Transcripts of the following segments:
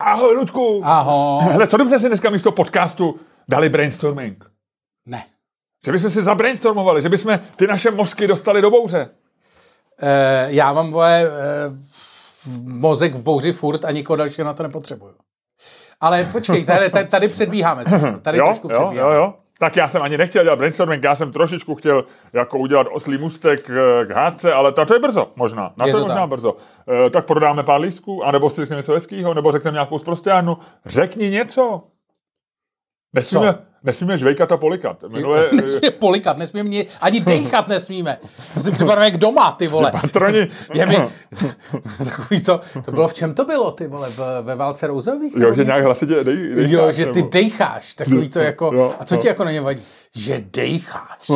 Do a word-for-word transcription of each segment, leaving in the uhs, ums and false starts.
Ahoj, Luďku. Ahoj. Hele, co byste si dneska místo podcastu dali brainstorming? Ne. Že bychom si zabrainstormovali, že bychom ty naše mozky dostali do bouře. E, já mám vole, e, mozek v bouři furt a nikoho dalšího na to nepotřebuju. Ale počkej, tady, tady, tady předbíháme. Tady jo, trošku jo, jo, jo. Tak já jsem ani nechtěl dělat brainstorming, já jsem trošičku chtěl jako udělat oslý můstek k hádce, ale to je brzo možná, na je to je to možná tak. brzo. E, tak prodáme pár lístků, anebo si řekneme něco hezkýho, nebo řekneme nějakou sprostěrnu. Řekni něco. Nesmíme, nesmíme žvejkat a polikat. Minule, nesmíme polikat, nesmíme mě, ani dejchat nesmíme. To si připadám jak doma, ty vole. Patroni. Je mi, takový co, to bylo, v čem to bylo, ty vole, v, ve válce rouzových? Jo, že nějak hlasitě dej, dejcháš. Jo, že ty dejcháš, takový to jako, jo, a co jo. ti jako na ně vadí? Že dejcháš.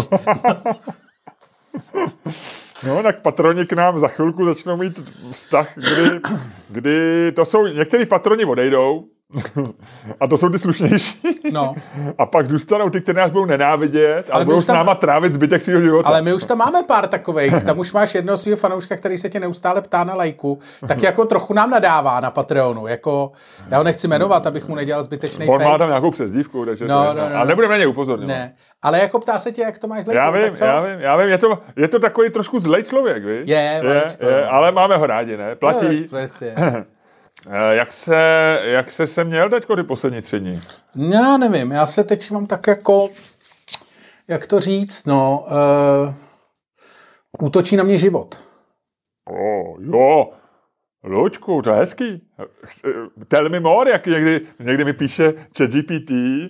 No, tak patroni k nám za chvilku začnou mít vztah, kdy, kdy to jsou, některý patroni odejdou, a to jsou ty slušnější. No. A pak zůstanou ty, které nás budou nenávidět, ale budou s tam, náma trávit zbytek svého života. Ale my už tam máme pár takových. Tam už máš jednoho svého fanouška, který se tě neustále ptá na lajku. Tak jako trochu nám nadává na Patreonu. Jako, já ho nechci jmenovat, abych mu nedělal zbytečný On fake. má tam nějakou přezdívku, takže no, to je, no, no, a nebudeme na něj upozorňovat. Ne, ale jako ptá se tě, jak to máš s lajkou. Já vím, tak co? já vím, já vím, je to, je to takový trošku zlej člověk, víš? Je, je, je, ale máme ho rádi, ne? Platí. No, Jak se, jak se se měl teďko ty poslední tři dny? Já nevím, já se teď mám tak jako, jak to říct, no, uh, útočí na mě život. Oh, jo, Luďku, to je hezký. Tell me more, jak někdy, někdy mi píše ChatGPT.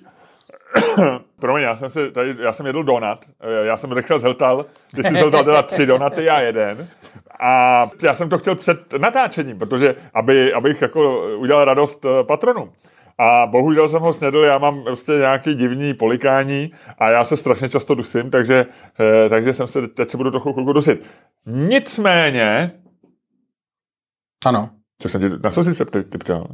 Promiň, já jsem, se, tady, já jsem jedl donut, já jsem rychle zhltal, ty jsi zhltal teda tři donuty, já jeden. A já jsem to chtěl před natáčením, protože aby, abych jako udělal radost patronům. A bohužel jsem ho snědl, já mám prostě nějaký divný polikání a já se strašně často dusím, takže, takže jsem se, teď se budu trochu chvilku dusit. Nicméně... Ano. Co jsem ti, na co jsi se ty ptal?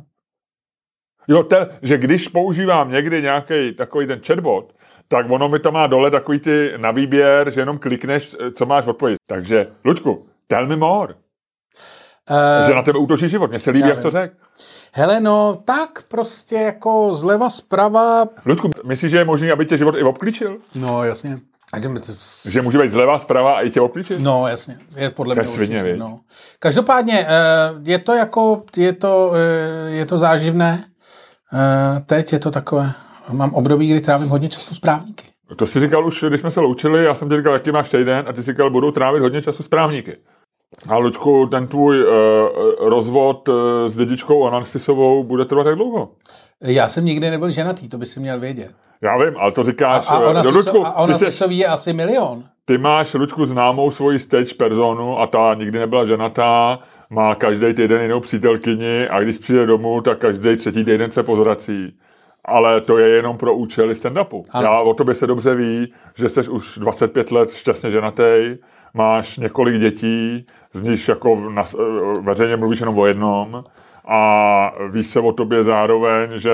Jo, te, že když používám někdy nějaký takový ten chatbot, tak ono mi to má dole takový ty na výběr, že jenom klikneš, co máš odpovědět. Takže, Luďku, tell me more. Uh, že na tebe útočí život. Mně se líbí, jak to řek. Hele, no, tak prostě jako zleva zprava. Luďku, myslíš, že je možný, aby tě život i obklíčil? No, jasně. Že může být zleva zprava a i tě obklíčit? No, jasně. Je podle mě svině, určitě. No. Každopádně, je to jako, je to, je to záživné. Teď je to takové, mám období, kdy trávím hodně času s právníky. To jsi říkal už, když jsme se loučili, já jsem ti říkal, jaký máš týden, a ty jsi říkal, budou trávit hodně času s právníky. A Luďku, ten tvůj uh, rozvod uh, s dědičkou Anansisovou bude trvat jak dlouho? Já jsem nikdy nebyl ženatý, to by si měl vědět. Já vím, ale to říkáš... A, a ona, do, Luďku, a ona Sisový je asi milion. Ty máš, Luďku, známou svoji stage personu a ta nikdy nebyla ženatá, má každý týden jinou přítelkyni a když přijde domů, tak každý třetí týden se pozrací. Ale to je jenom pro účely stand-upu. Ano. Já o tobě se dobře ví, že jsi už dvacet pět let šťastně ženatý, máš několik dětí, z nich jako na, veřejně mluvíš jenom o jednom a víš se o tobě zároveň, že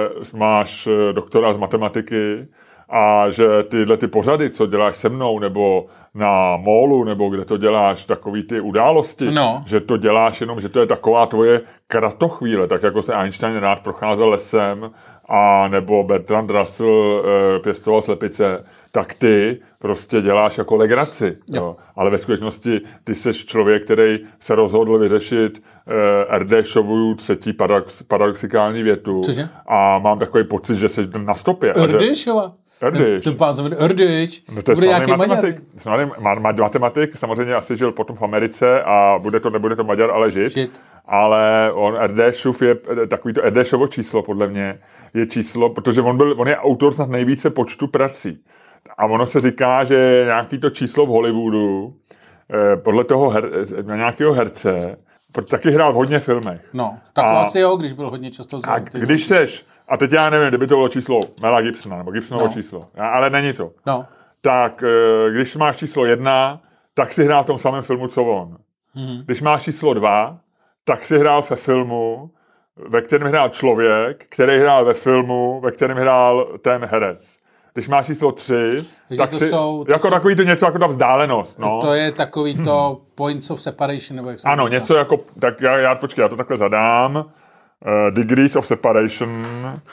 máš doktora z matematiky a že tyhle ty pořady, co děláš se mnou, nebo na Mólu, nebo kde to děláš, takový ty události, no. že to děláš jenom, že to je taková tvoje kratochvíle, tak jako se Einstein rád procházel lesem, a nebo Bertrand Russell e, pěstoval slepice, tak ty prostě děláš jako legraci. Jo. Ale ve skutečnosti ty jsi člověk, který se rozhodl vyřešit e, Erdéšovu třetí paradox, paradoxikální větu. Cože? A mám takový pocit, že jsi na stopě. Erdéšova? Erdéš. Ten pán se jmenuje Erdéš. No to je slavný matematik. Slavný matematik, samozřejmě asi žil potom v Americe a bude to, nebude to Maďar, ale Žid. Žid. Ale on, Erdéšův je, takový to Erdéšovo číslo, podle mě, je číslo, protože on, byl, on je autor snad nejvíce počtu prací. A ono se říká, že nějaký to číslo v Hollywoodu, eh, podle toho her, nějakého herce, taky hrál v hodně filmech. No, tak a, asi jo, když byl hodně často a když seš, a teď já nevím, kdyby to bylo číslo Mela Gibsona, nebo Gibsonovo no. číslo, ale není to. No. Tak když máš číslo jedna, tak si hrál v tom samém filmu, co on. Mm-hmm. Když máš číslo dva, tak si hrál ve filmu, ve kterém hrál člověk, který hrál ve filmu, ve kterém hrál ten herec. Když máš číslo tři, tak to si, jsou, to jako jsou, takový to něco jako ta vzdálenost. No. To je takový to points of separation, nebo jak se Ano, říká. něco jako, tak já, já počkej, já to takhle zadám. uh, Degrees of Separation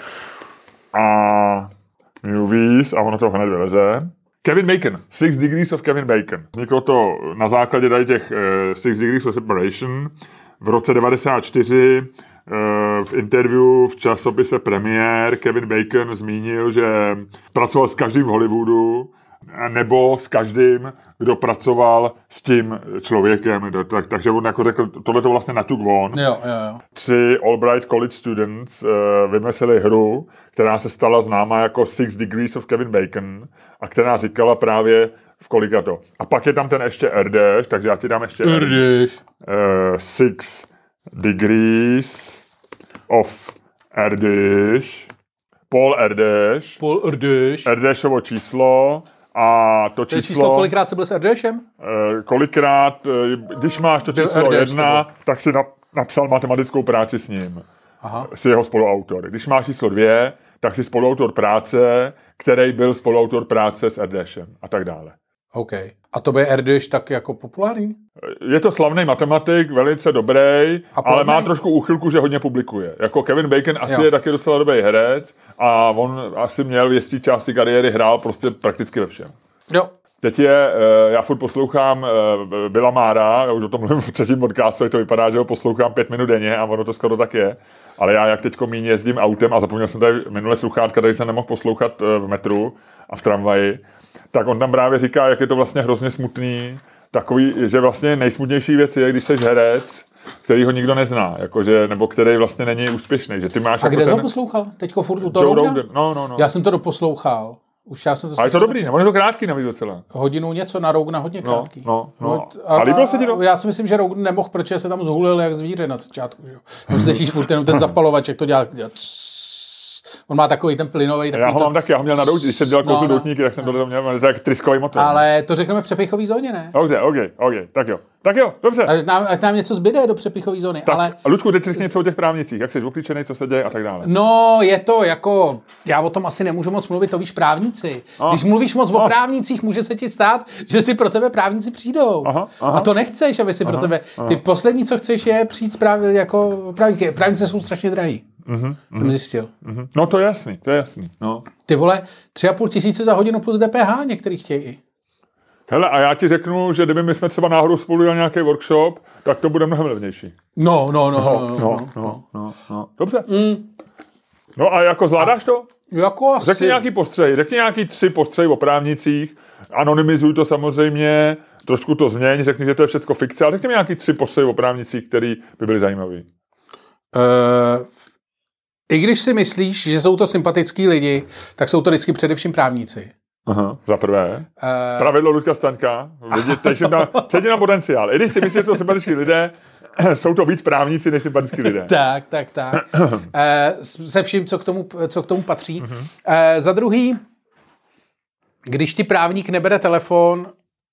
a Movies a ono to hned vyleze. Kevin Bacon, Six Degrees of Kevin Bacon. Vzniklo to na základě tady těch uh, Six Degrees of Separation v roce devadesát čtyři. Uh, v interview v časopise Premiér Kevin Bacon zmínil, že pracoval s každým v Hollywoodu nebo s každým, kdo pracoval s tím člověkem. Tak, takže on jako řekl, tohle to vlastně natuk von. Jo, jo, jo. Tři Albright College students uh, vymysleli hru, která se stala známá jako Six Degrees of Kevin Bacon a která říkala právě v kolika to. A pak je tam ten ještě Erdős, takže já ti dám ještě Erdős. Uh, six Degrees of Erdős. Paul Erdős. Paul Erdős. Erdősovo číslo. A to číslo... To je číslo, kolikrát jsi byl s Erdősem? Uh, kolikrát, uh, když máš to číslo Erdős, jedna, tak si nap, napsal matematickou práci s ním. Aha. S jeho spoluautor. Když máš číslo dvě, tak si spoluautor práce, který byl spoluautor práce s Erdősem a tak dále. OK. A to by Erdős tak jako populární? Je to slavný matematik, velice dobrý, ale má trošku úchylku, že hodně publikuje. Jako Kevin Bacon asi jo. je taky docela dobrý herec a on asi měl v jistý části kariéry hrál prostě prakticky ve všem. Jo. Teď je, já furt poslouchám Billa Maara, já už o tom mluvím v třetím podcastu, to vypadá, že ho poslouchám pět minut denně a ono to skoro tak je. Ale já jak teďko míň jezdím autem a zapomněl jsem tady minule sluchátka, tady jsem nemohl poslouchat v metru a v tramvaji, tak on tam právě říká, jak je to vlastně hrozně smutný, takový, že vlastně nejsmutnější věc je, když jsi herec, který ho nikdo nezná, jakože, nebo který vlastně není úspěšný. Že ty máš a jako kde jsi ten... ho poslouchal? Teďko furt u toho Rogana? No, no, no. Já jsem to doposlouchal. Už já jsem to a je to dobrý, nebo je to krátký navíc docela. Hodinu něco na Rogana, hodně krátký. No, no, no. A, a líbilo se ti to? Já si myslím, že Rogan nemohl, protože se tam zhulil jak zvíře na začátku. Že? Tam slyšíš furt jenom ten zapalovač, jak to dělá. dělá on má takový ten plynový. Já ho mám taky, já ho měl na doutníky, když jsem dělal kousek no, doutníky, tak jsem no. to měl, to je tak tryskový motor. Ale to řekneme v přepichový zóně, ne? Dobře, ok, ok, tak jo. Tak jo, dobře. Ať nám, ať nám něco zbyde do přepichové zóny. Tak, ale... a Luďku, teď řekni něco o těch právnicích, jak jsi uklíčený, co se děje a tak dále. No, je to jako, já o tom asi nemůžu moc mluvit, to víš právníci. A. Když mluvíš moc a. o právnicích, může se ti stát, že si pro tebe právníci přijdou. Aha, aha. A to nechceš, aby si aha, pro tebe, ty aha. poslední, co chceš, je přijít právě jako právníky. Právníci jsou strašně drahý. Mm-hmm, jsem zjistil. Mm-hmm. No to je jasný, to je jasný. No. Ty vole, tři a půl tisíce za hodinu plus D P H některý chtějí. Hele, a já ti řeknu, že kdyby my jsme třeba náhodou spolu dělali nějaký workshop, tak to bude mnohem levnější. No, no, no, no, no, no, no, no, no. Dobře. Mm. No a jako zvládáš to? Jako asi. Řekni nějaký postřehy, řekni nějaký tři postřehy o právnicích, anonymizuj to samozřejmě, trošku to změň, řekni, že to je všecko fikce, ale řekni mi nějaký tři postřehy o právnicích, které by byly zajímavé. Uh... I když si myslíš, že jsou to sympatický lidi, tak jsou to vždycky především právníci. Aha, za prvé. Uh... Pravidlo Luďka Staňka. Cítí na potenciál. I když si myslíš, že jsou sympatický lidé, jsou to víc právníci než sympatický lidé. tak, tak, tak. uh, se vším, co k tomu, co k tomu patří. Uh-huh. Uh, za druhý, když ti právník nebere telefon,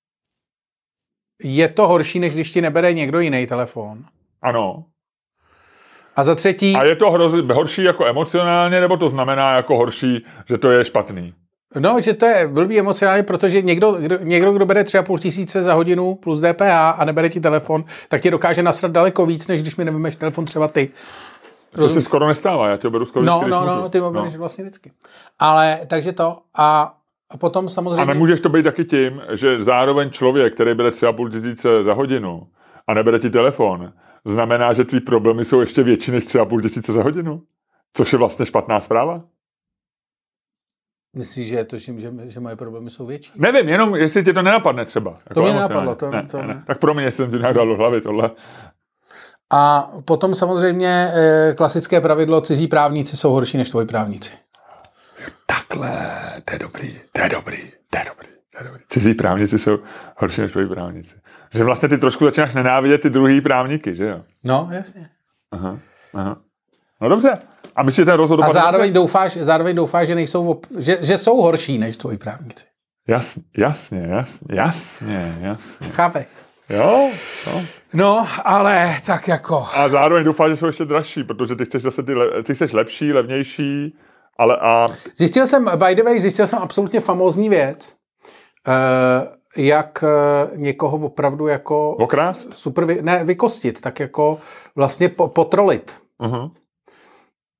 je to horší, než když ti nebere někdo jiný telefon. Ano. A za třetí... A je to hroz, horší jako emocionálně, nebo to znamená jako horší, že to je špatný? No, že to je blbý emocionálně, protože někdo, kdo, někdo, kdo bere tři a půl tisíce za hodinu plus D P H a nebere ti telefon, tak ti dokáže nasrat daleko víc, než když mi nevymeš telefon třeba ty. To se skoro nestává, já tě beru skoro no, vždycky, No, no, no, ty ho bereš no. vlastně vždycky. Ale, takže to a... A potom samozřejmě... A nemůžeš to být taky tím, že zároveň člověk, který bere tři a půl tisíce za hodinu a nebere ti telefon, znamená, že tvý problémy jsou ještě větší než tři a půl tisíce za hodinu? Což je vlastně špatná zpráva? Myslíš, že je to tím, že, že moje problémy jsou větší? Nevím, jenom jestli tě to nenapadne třeba. Jako to mě nenapadlo. To, ne, to ne. Ne. Tak pro mě jsem ti nějak dal do hlavy tohle. A potom samozřejmě eh, klasické pravidlo, cizí právníci jsou horší než tvoji právníci. Takhle, to je dobrý, to je dobrý, to je dobrý. Cizí právníci jsou horší než tvoji právníci. Že vlastně ty trošku začínáš nenávidět ty druhý právníky, že jo? No, jasně. Aha, aha. No dobře. A myslíš, že ten rozhod A zároveň doufáš, zároveň doufáš, že, nejsou, že, že jsou horší než tvoji právníci. Jasně, jasně, jasně, jasně, jasně. Chápeš? Jo, no. No, ale tak jako... A zároveň doufáš, že jsou ještě dražší, protože ty chceš zase ty, le, ty chceš lepší, levnější, ale a... Zjistil jsem, by the way, zjistil jsem absolutně famózní věc, uh, jak uh, někoho opravdu jako... Okrást? Super, vy, ne, vykostit, tak jako vlastně po, potrolit. Uh-huh.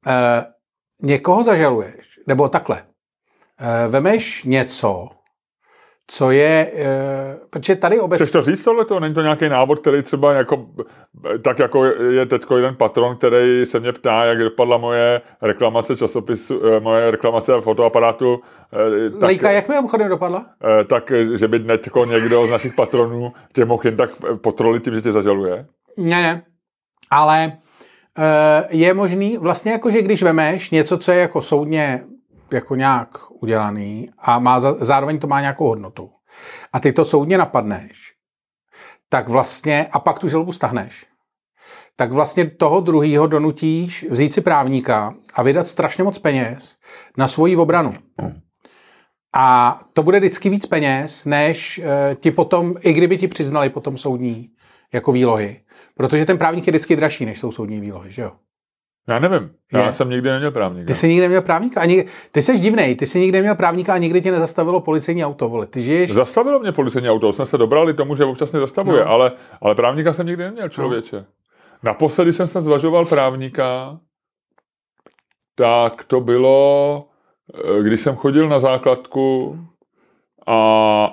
e, někoho zažaluješ, nebo takhle, e, vemeš něco, co je, e, protože tady obecně... Chceš to říct tohleto? Není to nějaký návod, který třeba jako, tak jako je teďko jeden patron, který se mě ptá, jak dopadla moje reklamace časopisu, moje reklamace fotoaparátu. Tak, Lejka, jak mi obchodem dopadla? Tak, že by teďko někdo z našich patronů tě mohl jen tak potrolit tím, že tě zažaluje? Ne, ne. Ale e, je možný, vlastně jako, že když vemeš něco, co je jako soudně jako nějak udělaný a má za, zároveň to má nějakou hodnotu a ty to soudně napadneš, tak vlastně, a pak tu žalobu stahneš, tak vlastně toho druhýho donutíš vzít si právníka a vydat strašně moc peněz na svoji obranu. A to bude vždycky víc peněz, než e, ti potom, i kdyby ti přiznali potom soudní jako výlohy. Protože ten právník je vždycky dražší, než jsou soudní výlohy, že jo? Já nevím. Já je. jsem nikdy neměl právníka. Ty jsi nikdy neměl právníka? Ani, ty jsi divnej, ty jsi nikdy neměl právníka a nikdy tě nezastavilo policejní auto, vole. Ty žiješ... Zastavilo mě policejní auto, jsme se dobrali tomu, že občas mě zastavuje, no. ale, ale právníka jsem nikdy neměl, člověče. No. Naposledy jsem se zvažoval právníka, tak to bylo, když jsem chodil na základku a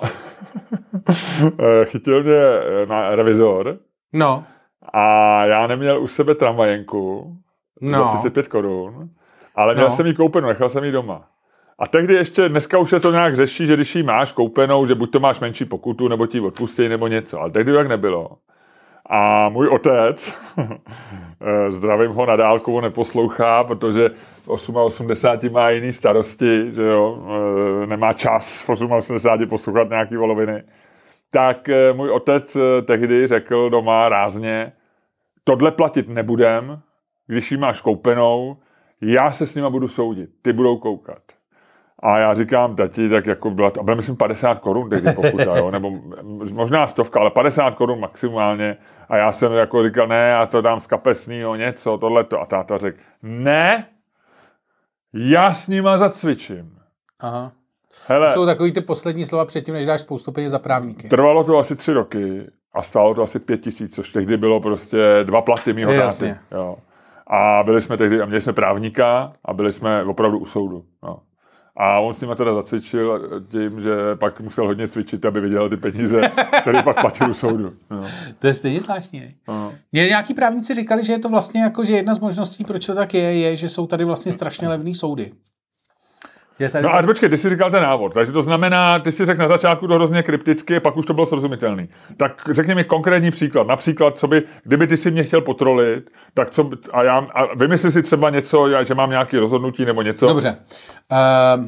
chytil mě na revizor. No. A já neměl u sebe tramvajenku no. za třicet pět korun, ale měl no. jsem ji koupenou, nechal jsem ji doma. A tehdy ještě, dneska už se to nějak řeší, že když ji máš koupenou, že buď to máš menší pokutu, nebo ti odpustí, nebo něco. Ale tehdy tak nebylo. A můj otec, zdravím ho na dálku, neposlouchá, protože v osmadesáti má jiný starosti, že jo, nemá čas v osmadesáti poslouchat nějaký voloviny. Tak můj otec tehdy řekl doma rázně, tohle platit nebudem, když ji máš koupenou, já se s nima budu soudit, ty budou koukat. A já říkám, tati, tak jako byla, a byla myslím padesát korun tehdy pokuta, jo, nebo možná stovka, ale padesát korun maximálně. A já jsem jako říkal, ne, já to dám z kapesnýho něco, tohleto. A táta řekl, ne, já s nima zacvičím. Aha. Hele, to jsou takový ty poslední slova předtím, než dáš spoustu peněz za právníky. Trvalo to asi tři roky a stálo to asi pět tisíc, což tehdy bylo prostě dva platy mýho táty. Jo. A byli jsme tehdy, a měli jsme právníka a byli jsme opravdu u soudu. Jo. A on s nima teda zacvičil tím, že pak musel hodně cvičit, aby vydělal ty peníze, které pak platil u soudu. Jo. To je stejně zvláštní. Mě nějaký právníci říkali, že je to vlastně jako, že jedna z možností, proč to tak je, je, že jsou tady vlastně strašně levný soudy. No a počkej, ty jsi říkal ten návod, takže to znamená, ty jsi řekl na začátku to hrozně krypticky, pak už to bylo srozumitelný. Tak řekni mi konkrétní příklad, například, co by, kdyby ty si mě chtěl potrolit, tak co, a já, a vymysli si třeba něco, že mám nějaké rozhodnutí nebo něco. Dobře. Uh,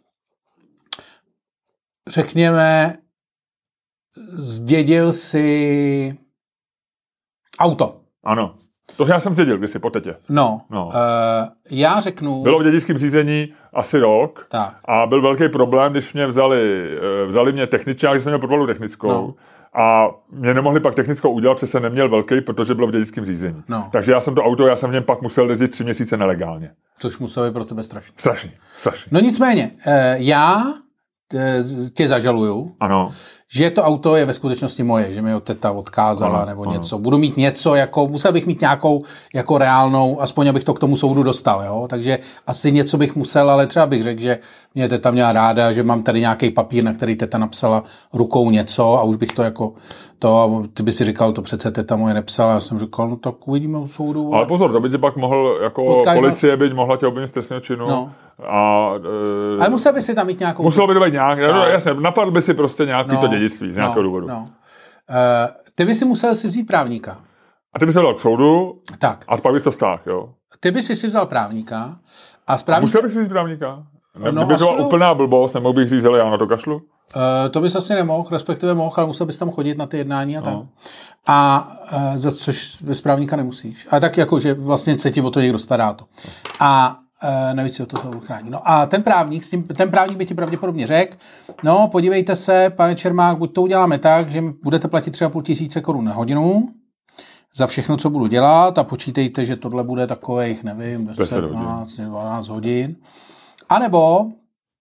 řekněme, zdědil si auto. Ano. To já jsem zdědil kdysi po tetě. No, no. Uh, já řeknu... Bylo v dědickém řízení asi rok tak. A byl velký problém, když mě vzali, vzali mě techničák, když jsem měl podvalu technickou no. A mě nemohli pak technickou udělat, protože jsem neměl velký, protože bylo v dědickém řízení. No. Takže já jsem to auto, já jsem v něm pak musel jezdit tři měsíce nelegálně. Což muselo být pro tebe strašný. Strašný, strašný. No nicméně, uh, já tě zažaluju, ano. Že to auto je ve skutečnosti moje, že mi ho teta odkázala ano, nebo ano. něco. Budu mít něco, jako, musel bych mít nějakou jako reálnou, aspoň abych to k tomu soudu dostal, jo? Takže asi něco bych musel, ale třeba bych řekl, že mě teta měla ráda, že mám tady nějaký papír, na který teta napsala rukou něco a už bych to jako, to, ty by si říkal, to přece teta moje nepsala, já jsem říkal, no tak uvidíme u soudu. Ale pozor, to by tě pak mohl, jako Odkáž policie by mohla tě obvinit z trestného činu. No. A, e, ale musel by si tam mít nějakou... Musel by to být nějak, no, jasně, napadl by si prostě nějaký no, to dědictví z nějakého no, důvodu. No. Uh, ty by si musel si vzít právníka. A ty by se dal k soudu tak. A pak bys to vztáhl, jo? Ty by si si vzal právníka a správník... Musel bych si vzít právníka? Ne, no, kdyby to byla úplná blbost, nemohl bych říct, ale já na to kašlu? Uh, to bys asi nemohl, respektive mohl, ale musel bys tam chodit na ty jednání a tak. No. A uh, za což bez právníka nemusíš. A tak jako, že vlastně se ti o to někdo stará to. A Uh, navíc si o to soudu chrání. No a ten právník, s tím, ten právník by ti pravděpodobně řekl, no podívejte se, pane Čermák, buď to uděláme tak, že budete platit tři a půl tisíce korun na hodinu za všechno, co budu dělat a počítejte, že tohle bude takových, nevím, deset, dvanáct, dvanáct hodin. A nebo uh,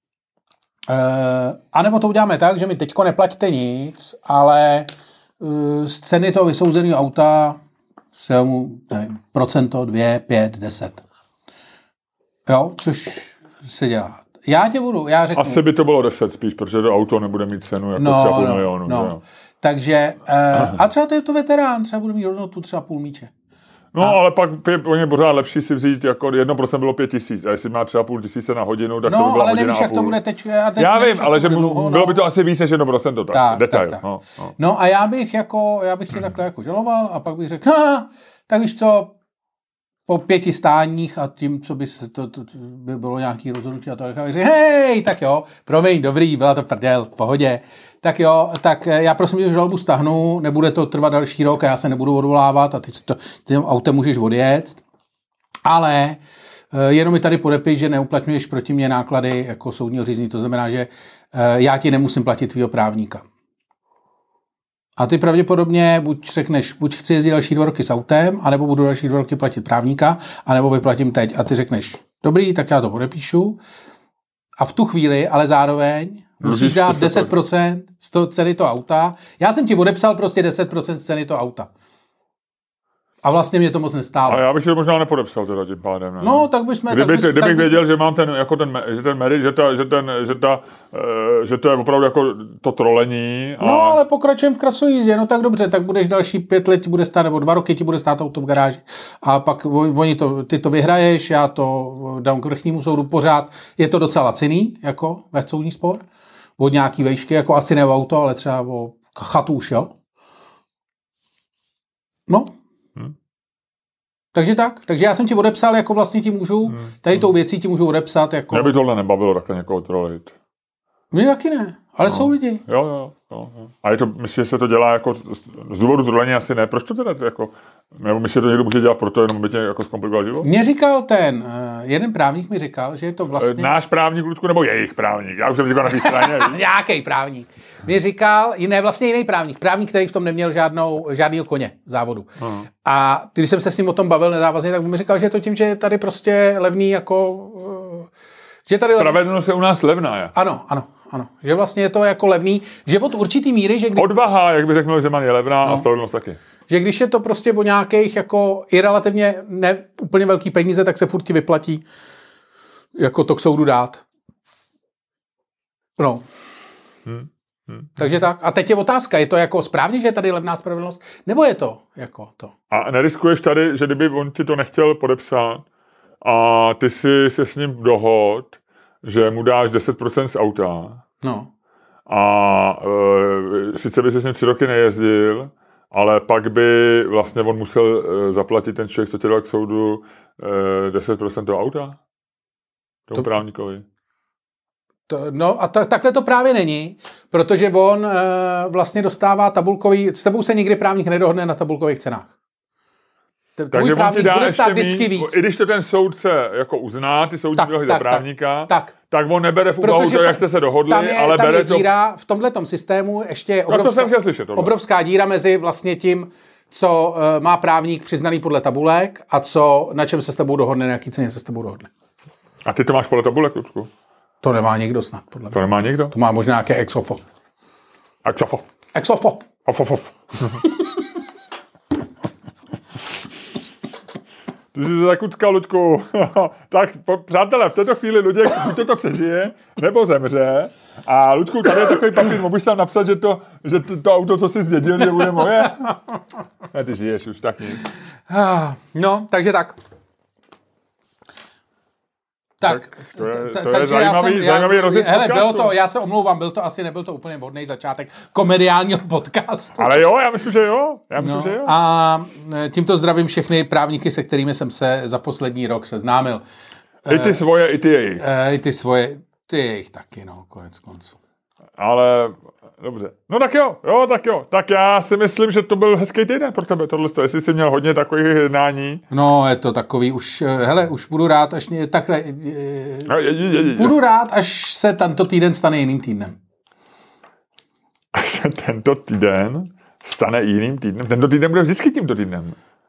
a nebo to uděláme tak, že mi teďko neplatíte nic, ale uh, z ceny toho vysouzeného auta se mu, nevím, procento, dvě, pět, deset. Jo, což se dělá. Já tě budu, já řeknu. Asi by to bylo deset spíš, protože to auto nebude mít cenu jako no, třeba půl no, milionu. No. Takže, uh, a třeba to je to veterán, třeba bude mít hodnotu třeba půl míče. No, a... ale pak je po ně pořád lepší si vzít, jako jedno procento bylo pět tisíc, a jestli má třeba půl tisíce na hodinu, tak no, to by byla ale hodina nevíš, jak to bude teď. teď já nevíš, vím, ale že dlouho, bylo no. by to asi víc než jedno procento, tak, tak detail. Tak, tak. No, no. no a já bych jako, já bych tě takhle jako žaloval a pak bych řekl, ha, tak víš co, po pěti stáních a tím, co by, se to, to, to by bylo nějaký rozhodnutí a to, tak bych řekl, hej, tak jo, promiň, dobrý, byla to prdel, v pohodě. Tak jo, tak já prosím tě, žalobu stahnu, nebude to trvat další rok a já se nebudu odvolávat a ty to, tím autem můžeš odjet. Ale jenom mi tady podepiš, že neuplatňuješ proti mě náklady jako soudního řízení. To znamená, že já ti nemusím platit tvýho právníka. A ty pravděpodobně buď řekneš, buď chci jezdit další dva roky s autem, anebo budu další dva roky platit právníka, anebo vyplatím teď. A ty řekneš, dobrý, tak já to podepíšu. A v tu chvíli, ale zároveň musíš dát deset procent z toho ceny toho auta. Já jsem ti odepsal prostě deset procent z ceny toho auta. A vlastně mě to moc nestálo. Ale já bych to možná nepodepsal teda tím pádem. Ne? No, tak bychom... Kdyby, tak bys, kdybych tak věděl, bys... že mám ten, jako ten, že ten merit, že, ta, že, ten, že, ta, že to je opravdu jako to trolení. A... No, ale pokračujeme v krasojízdě, no tak dobře, tak budeš další pět let ti bude stát, nebo dva roky ti bude stát auto v garáži. A pak oni to, ty to vyhraješ, já to dám k vrchnímu soudu pořád. Je to docela cený, jako ve soudní spor. Od nějaký vejšky, jako asi ne o auto, ale třeba o chatu už, jo? No. Hmm. Takže tak. Takže já jsem ti odepsal, jako vlastně ti můžu, hmm. tady tou věcí ti můžu odepsat, jako... Mě by tohle nebavilo takhle někoho trolit. Mě taky ne, ale no. Jsou lidi. Jo, jo, jo, jo. A je to, myslíš, že se to dělá jako z důvodu trolení asi ne? Proč to teda jako... Nebo myslíš, že to někdo může dělat proto, jenom by tě jako zkomplikoval život? Mně říkal ten, uh, jeden právník mi říkal, že je to vlastně... Náš právník, Ludku, nebo jejich právník? Já už jsem říkal na té straně. Nějaký právník. Mi říkal, ne, vlastně jiný právník. Právník, který v tom neměl žádnou, žádnýho koně v závodu. Uh-huh. A když jsem se s ním o tom bavil nezávazně, tak mi říkal, že je to tím, že je tady prostě levný jako... Uh, že tady spravedlnost je u nás levná, je. Ano, ano. Ano, že vlastně je to jako levný, že od určitý míry, že... Kdy... Odvaha, jak by řekl Zeman, je levná no. A spravedlnost taky. Že když je to prostě o nějakých jako i relativně ne úplně velký peníze, tak se furt ti vyplatí jako to k soudu dát. No. Hmm. Hmm. Takže tak. A teď je otázka, je to jako správně, že je tady levná spravedlnost, nebo je to jako to? A neriskuješ tady, že kdyby on ti to nechtěl podepsat a ty si se s ním dohod, že mu dáš deset procent z auta no. A e, sice by se s ním tři roky nejezdil, ale pak by vlastně on musel e, zaplatit ten člověk, co tě dal k soudu, e, deset procent toho auta? Tomu to, právníkovi. To, no a ta, takhle to právě není, protože on e, vlastně dostává tabulkový, s tebou se nikdy právník nedohodne na tabulkových cenách. Tvůj takže právník bude stát vždycky víc. I když to ten soudce jako uzná, ty soudní výlohy za právníka, tak, tak on nebere v úvahu to, jak jste se dohodli, tam je, ale tam bere je to... díra, v tomhletom systému ještě je obrovská, no slyšet, obrovská díra mezi vlastně tím, co uh, má právník přiznaný podle tabulek a co, na čem se s tebou dohodne, na jaký ceně se s tebou dohodne. A ty to máš podle tabulek, Lučku? To nemá nikdo snad, podle mě. To nemá nikdo? To má možná nějaké exofo. Exofo. Exofo. Exofo. Ty jsi se zakuckal, Luďku. Tak, po, přátelé, v této chvíli Luděk buď to přežije, nebo zemře. A Luďku, tady je takový papír, můžeš tam napsat, že to, že to, to auto, co jsi zdědil, že bude moje. Ne, ty žiješ už tak nic. No, takže tak. Tak, tak to je, to je zajímavý, jsem, zajímavý rozjezd hele, bylo to, já se omlouvám, byl to asi, nebyl to úplně vhodný začátek komediálního podcastu. Ale jo, já myslím, že jo. Já myslím, no, že jo. A tímto zdravím všechny právníky, se kterými jsem se za poslední rok seznámil. I ty svoje, i ty jejich. I ty svoje, ty jejich taky, no, konec konců. Ale dobře. No tak jo, jo, tak jo. Tak já si myslím, že to byl hezký týden pro tebe, tohle, jestli jsi měl hodně takových jednání. No, je to takový už, hele, už budu rád, až mě, takhle, no, je, je, je, budu rád, až se tento týden stane jiným týdnem. Až se tento týden stane jiným týdnem? Tento týden bude vždycky tímto týdnem.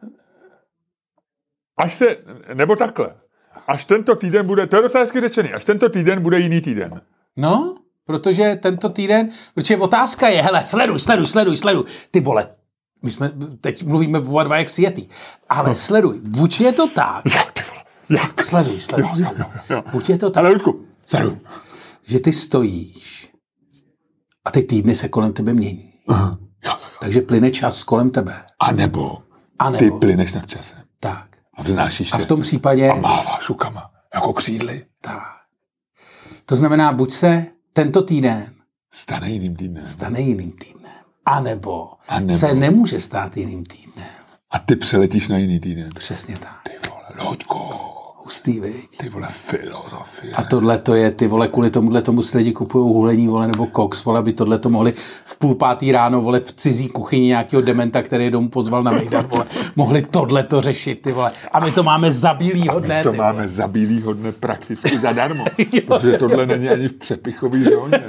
Až se, nebo takhle, až tento týden bude, to je docela hezky řečený, až tento týden bude jiný týden. No, protože tento týden, protože otázka je, hele, sleduj, sleduj, sleduj, sleduj, ty vole, my jsme, teď mluvíme o dva jak sjetý, ale no. Sleduj, buď je to tak, jo, ty vole. Jak? Sleduj, sleduj, sleduj. Buď je to tak, ale Ludku, sleduj. Že ty stojíš a ty týdny se kolem tebe mění. Aha. Jo. Takže plyne čas kolem tebe. A nebo, a nebo ty plyneš nad časem. Tak. A vznášíš se. A v tom případě... A máváš rukama, jako křídly. Tak. To znamená, buď se tento týden stane jiným týdnem. Stane jiným týdnem. A nebo, a nebo se nemůže stát jiným týdnem. A ty přeletíš na jiný týden. Přesně tak. Ty vole, Loďko. Hustý, viď? Ty vole, filozofie. A tohle to je, ty vole, kvůli tomuhle tomu si lidi kupujou hulení, vole, nebo koks, vole, aby tohle to mohli v půl pátý ráno, vole, v cizí kuchyni nějakého dementa, který je domů pozval na mejdan, vole, mohli tohle to řešit, ty vole. A my to máme za bílýho dne, to máme vole. za bílýho dne prakticky zadarmo, protože tohle není ani v přepichový zóně.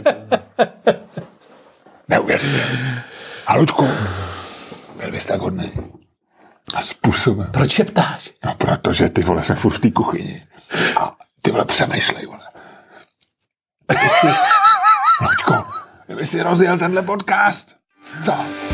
Neuvěřitelné. A Ludku, byl bys tak hodnej. A způsobem. Proč šeptáš? No, protože ty vole jsme furt v té kuchyni. A ty vole přemýšlej, vole. Kdyby si, Loďko, kdyby si rozjel tenhle podcast. Co?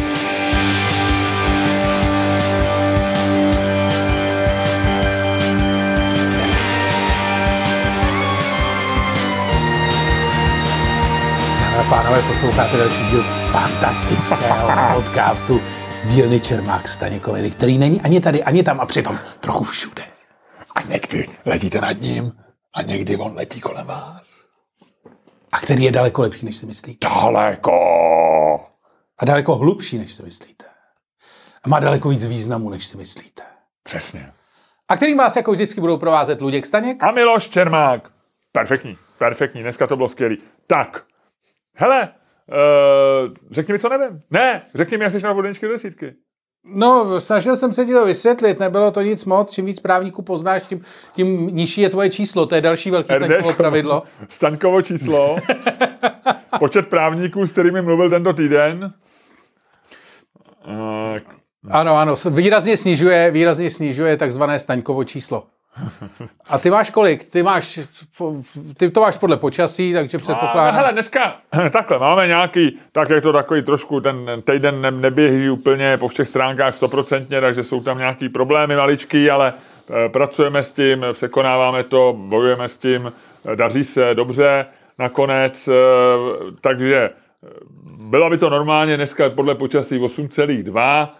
Dámy a pánové, posloucháte další díl fantastického podcastu z dílny Čermák Staněkovi, který není ani tady, ani tam a přitom trochu všude. A někdy letíte nad ním a někdy on letí kolem vás. A který je daleko lepší, než si myslíte. Daleko. A daleko hlubší, než si myslíte. A má daleko víc významu, než si myslíte. Přesně. A kterým vás jako vždycky budou provázet Luděk Staněk a Miloš Čermák. Perfektní, perfektní, dneska to bylo skvělý. Tak, hele, Uh, řekni mi, co nevím. Ne, řekni mi, jak jsi na vodeničky do desítky. No, snažil jsem se ti to vysvětlit, nebylo to nic moc. Čím víc právníků poznáš, tím, tím nižší je tvoje číslo. To je další velký Staňkovo pravidlo. Staňkovo číslo. Počet právníků, s kterými mluvil tento týden. Uh, ano, ano, výrazně snižuje, výrazně snižuje takzvané Staňkovo číslo. A ty máš kolik? Ty máš, ty to máš podle počasí, takže předpokládám. Hele, dneska takhle, máme nějaký, tak je to takový trošku, ten týden ne, neběží úplně po všech stránkách stoprocentně, takže jsou tam nějaký problémy maličký, ale e, pracujeme s tím, překonáváme to, bojujeme s tím, e, daří se dobře nakonec, e, takže bylo by to normálně dneska podle počasí osm celá dva.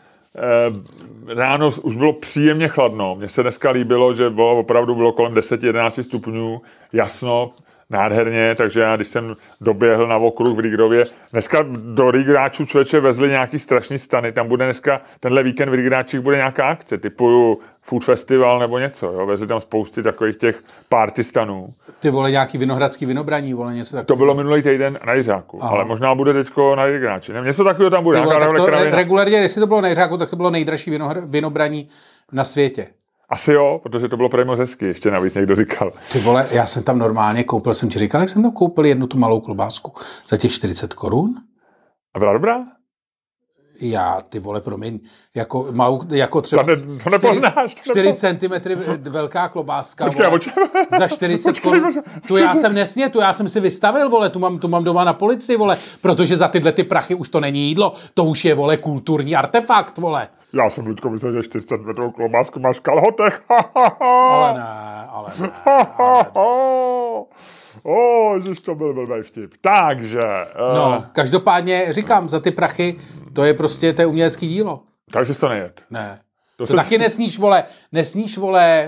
Ráno už bylo příjemně chladno. Mně se dneska líbilo, že bylo, opravdu bylo kolem deset jedenáct stupňů, jasno, nádherně, takže já, když jsem doběhl na okruh v Rígrově, dneska do Rígráčů člověče vezli nějaký strašný stany, tam bude dneska, tenhle víkend v Rígráčích bude nějaká akce, typu food festival nebo něco, jo, vezli tam spousty takových těch party stanů. Ty vole, nějaký vinohradský vinobraní, vole něco takového. To bylo minulý týden na Jiřáku, Aha. ale možná bude teďko na Rígráči. Něco takového tam bude. Ty vole, tak to re- regulárně, jestli to bylo na Jiřáku, tak to bylo nejdražší vinohr- vinobraní na světě. Asi jo, protože to bylo primo hezky, ještě navíc někdo říkal. Ty vole, já jsem tam normálně koupil, jsem ti říkal, jak jsem tam koupil jednu tu malou klobásku za těch čtyřicet korun. A byla dobrá? Já, ty vole, promiň, jako, malou, jako třeba to ne, to nepoznáš, čtyři centimetry velká klobáska, počkej, vole, počkej, za čtyřicet korun. Tu já jsem nesně, tu já jsem si vystavil, vole, tu mám, tu mám doma na policii, vole, protože za tyhle ty prachy už to není jídlo, to už je, vole, kulturní artefakt, vole. Já jsem, Ludko, myslel, že čtyřicet metrovou klobásku máš v kalhotech. ale ne, ale ne. Ale ne. O, že to byl blbý vtip. Takže... Uh... No, každopádně říkám, za ty prachy, to je prostě, to je umělecký dílo. Takže to nejet. Ne. To, to se... taky nesníš, vole, nesníš, vole,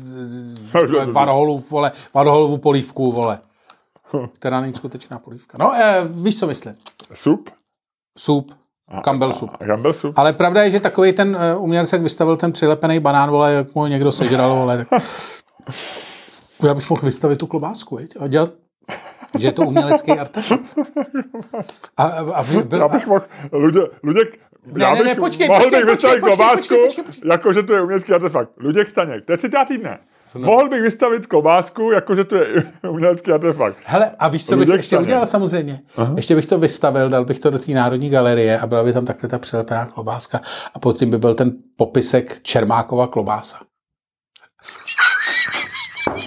Varholovu, vole, Varholovu polívku, vole. Která není skutečná polívka. No, eh, víš, co myslím. Sup? Sup. Campbell soup. Campbell soup. Ale pravda je, že takový ten uh, umělec, jak vystavil ten přilepený banán, vole, jak mu někdo sežral, vole, tak... Já bych mohl vystavit tu klobásku, viď? A dělat, že je to umělecký artefakt. A, a, a byl, já bych mohl, Luděk, Luděk ne, já ne, bych ne, počkej, mohl počkej, bych vystavit počkej, klobásku, počkej, počkej, počkej. jako že to je umělecký artefakt. Luděk Staněk, to je citát týdne. No. Mohl bych vystavit klobásku, jakože to je umělecký artefakt. Hele, a víš, co bych Luděk ještě Staněk udělal samozřejmě? Aha. Ještě bych to vystavil, dal bych to do té Národní galerie a byla by tam takhle ta přilepená klobáska a potom by byl ten popisek Čermákova klobása.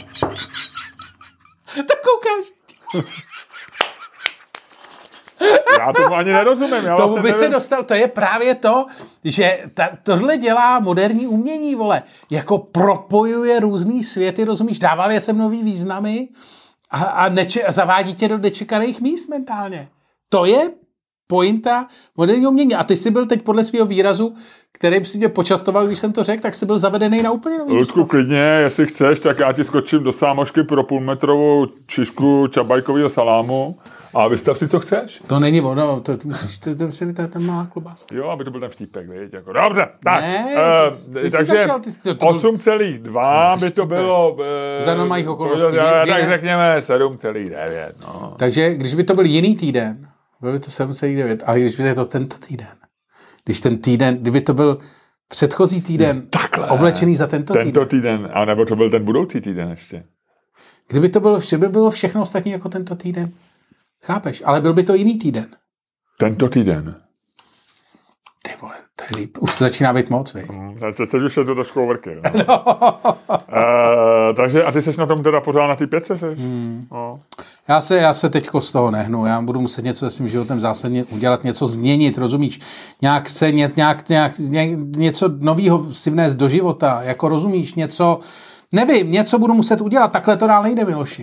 Tak koukáš. Já tomu ani nerozumím. Já to vlastně by nevím. se dostal, to je právě to, že ta, tohle dělá moderní umění, vole. Jako propojuje různý světy, rozumíš, dává věcem nový významy a, a, neče, a zavádí tě do nečekaných míst mentálně. To je pointa moderního umění. A ty jsi byl teď podle svého výrazu, který si mě počastoval, když jsem to řekl, tak jsi byl zavedený na úplně nový Ludku, klidně, jestli chceš, tak já ti skočím do sámošky pro půlmetrovou čišku čabajkového salámu a vystav si, co chceš. To není ono, to, to musíš, to, to musí být ten malá klobáska. Jo, aby to byl ten vtípek, víš, jako dobře, tak. Ne, uh, ty, ty takže začal, ty, to, to osm celá dva by to bylo... Uh, za normálních okolností. Tak řekněme sedm celá devět, no. Takže když by to byl jiný týden, bylo by to sedm celá devět, ale když by to tento týden, když ten týden, kdyby to byl předchozí týden, takhle, oblečený za tento, tento týden. týden, a nebo to byl ten budoucí týden ještě. Kdyby to bylo, vše by bylo všechno ostatní jako tento týden. Chápeš? Ale byl by to jiný týden. Tento týden. Ty vole, to je líp. Už to začíná být moc, víš? Hmm, teď už je to trošku overkill. No. no. e, takže a ty seš na tom teda pořád na té pětce, seš? Hmm. No. Já se, já se teďko z toho nehnu. Já budu muset něco se svým životem zásadně udělat, něco změnit, rozumíš? Nějak se, ně, nějak, nějak, ně, něco novýho si vnést do života, jako rozumíš? Něco, nevím, něco budu muset udělat. Takhle to dál nejde, Miloši.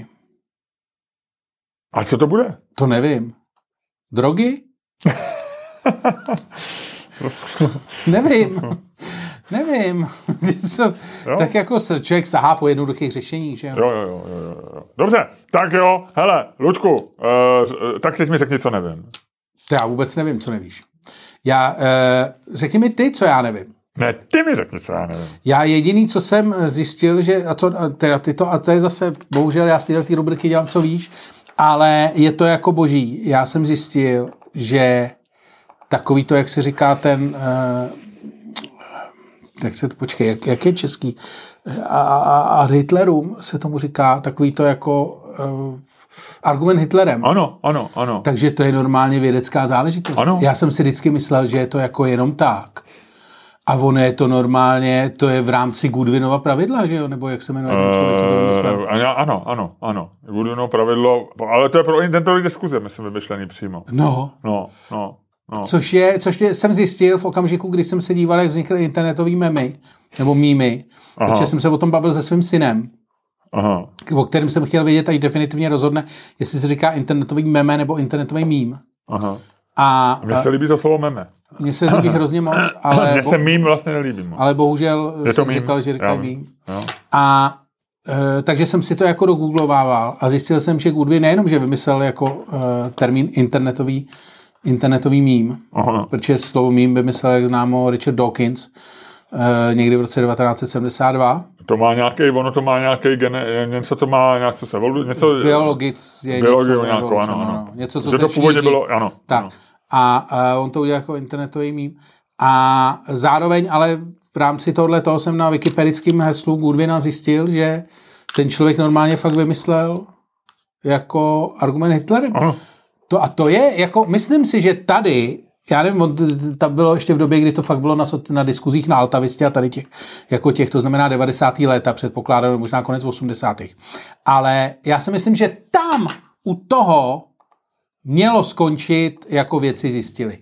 A co to bude? To nevím. Drogy? Nevím. Nevím. Co, tak jako se člověk sahá po jednoduchých řešeních, že jo? Jo, jo, jo, jo, jo. Dobře, tak jo, hele, Luďku, uh, tak teď mi řekni, co nevím. To já vůbec nevím, co nevíš. Já, uh, řekni mi ty, co já nevím. Ne, ty mi řekni, co já nevím. Já jediný, co jsem zjistil, že, a to, teda ty to, a to je zase, bohužel já z této rubriky dělám, co víš, ale je to jako boží. Já jsem zjistil, že takový to, jak se říká ten, uh, jak se to, počkej, jak, jak je český, a, a, a Hitlerům se tomu říká takový to jako uh, argument Hitlerem. Ano, ano, ano. Takže to je normálně vědecká záležitost. Ano. Já jsem si vždycky myslel, že je to jako jenom tak. A ono je to normálně, to je v rámci Goodwinova pravidla, že jo? Nebo jak se jmenuje ten člověk, co to vymyslel? Uh, ano, ano, ano. Goodwinovo pravidlo, ale to je pro intentové diskuze, myslím, vymyšlený přímo. No. No, no. No. Což, je, což je, jsem zjistil v okamžiku, kdy jsem se díval, jak vznikly internetový memy, nebo mýmy, protože jsem se o tom bavil se svým synem, Aha. o kterém jsem chtěl vědět, ať definitivně rozhodne, jestli se říká internetový meme nebo internetový mým. Aha. A mně se líbí to slovo meme. Mně se líbí hrozně moc, ale... Mně se mým vlastně nelíbí moc. Ale bohužel je jsem mým? říkal, že říkají mým. A e, takže jsem si to jako dogooglovával a zjistil jsem, že Goodwin nejenom, že vymyslel jako e, termín internetový internetový mím, Aha. protože slovo mím vymyslel, jak známo, Richard Dawkins eh, někdy v roce devatenáct set sedmdesát dva. To má nějaký, ono to má nějaký gene, něco, co má něco se něco biologic je biologi něco, nějakou, nebo, ano, ano. ano. Něco, co že se to původně šíří. bylo, ano. Tak. Ano. A, a on to udělal jako internetový mím. A zároveň, ale v rámci tohle toho jsem na wikipedickém heslu Goodwina zjistil, že ten člověk normálně fakt vymyslel jako argument Hitlerem. Ano. To, a to je, jako, myslím si, že tady, já nevím, to bylo ještě v době, kdy to fakt bylo na, na diskuzích na Altavistě a tady těch, jako těch, to znamená devadesátá léta, předpokládám, možná konec osmdesátých. Ale já si myslím, že tam u toho mělo skončit, jako věci zjistili.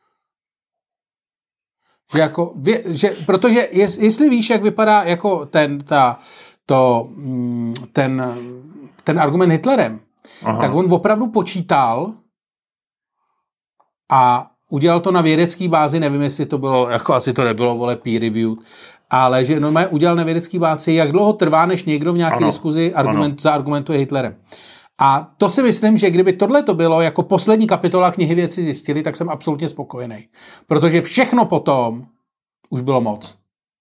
Že jako, že, protože jest, jestli víš, jak vypadá jako ten, ta, to, ten, ten argument Hitlerem, Aha. tak on opravdu počítal a udělal to na vědecký bázi, nevím, jestli to bylo, jako asi to nebylo, vole, peer review, ale že normálně udělal na vědecký bázi, jak dlouho trvá, než někdo v nějaké ano. diskuzi argument, zaargumentuje Hitlerem. A to si myslím, že kdyby tohle to bylo jako poslední kapitola knihy Věci zjistili, tak jsem absolutně spokojený. Protože všechno potom už bylo moc.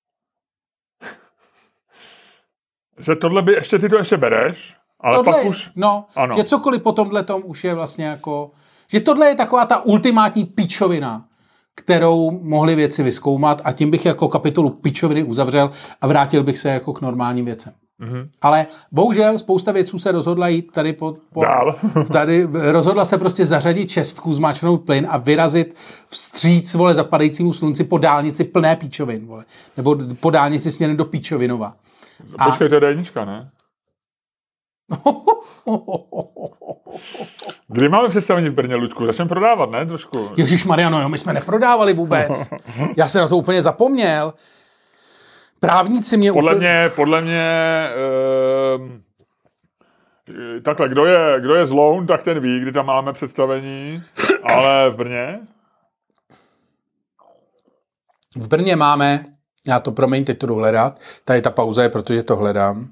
Že tohle by ještě, ty to ještě bereš, ale tohle, pak už... No, ano. Že cokoliv po tomhle tom už je vlastně jako... Že tohle je taková ta ultimátní pičovina, kterou mohli věci vyzkoumat a tím bych jako kapitolu pičoviny uzavřel a vrátil bych se jako k normálním věcem. Mm-hmm. Ale bohužel spousta věců se rozhodla jít tady po, po tady rozhodla se prostě zařadit čestku, zmáčknout plyn a vyrazit vstříc, vole, zapadajícímu slunci po dálnici plné píčovin, vole. Nebo po dálnici směrem do Píčovinova. Počkej, to je D jednička, ne? Kdy máme představení v Brně, Luďku? Začneme prodávat, ne? Trošku. Ježišmarja, no jo, my jsme neprodávali vůbec. Já jsem na to úplně zapomněl. Právníci mě... Podle úplně... mě, podle mě... Uh, takhle, kdo je, kdo je z Loun, tak ten ví, kdy tam máme představení. Ale v Brně? V Brně máme... Já to, promiň, teď to jdu hledat. Tady ta pauza je, protože to hledám.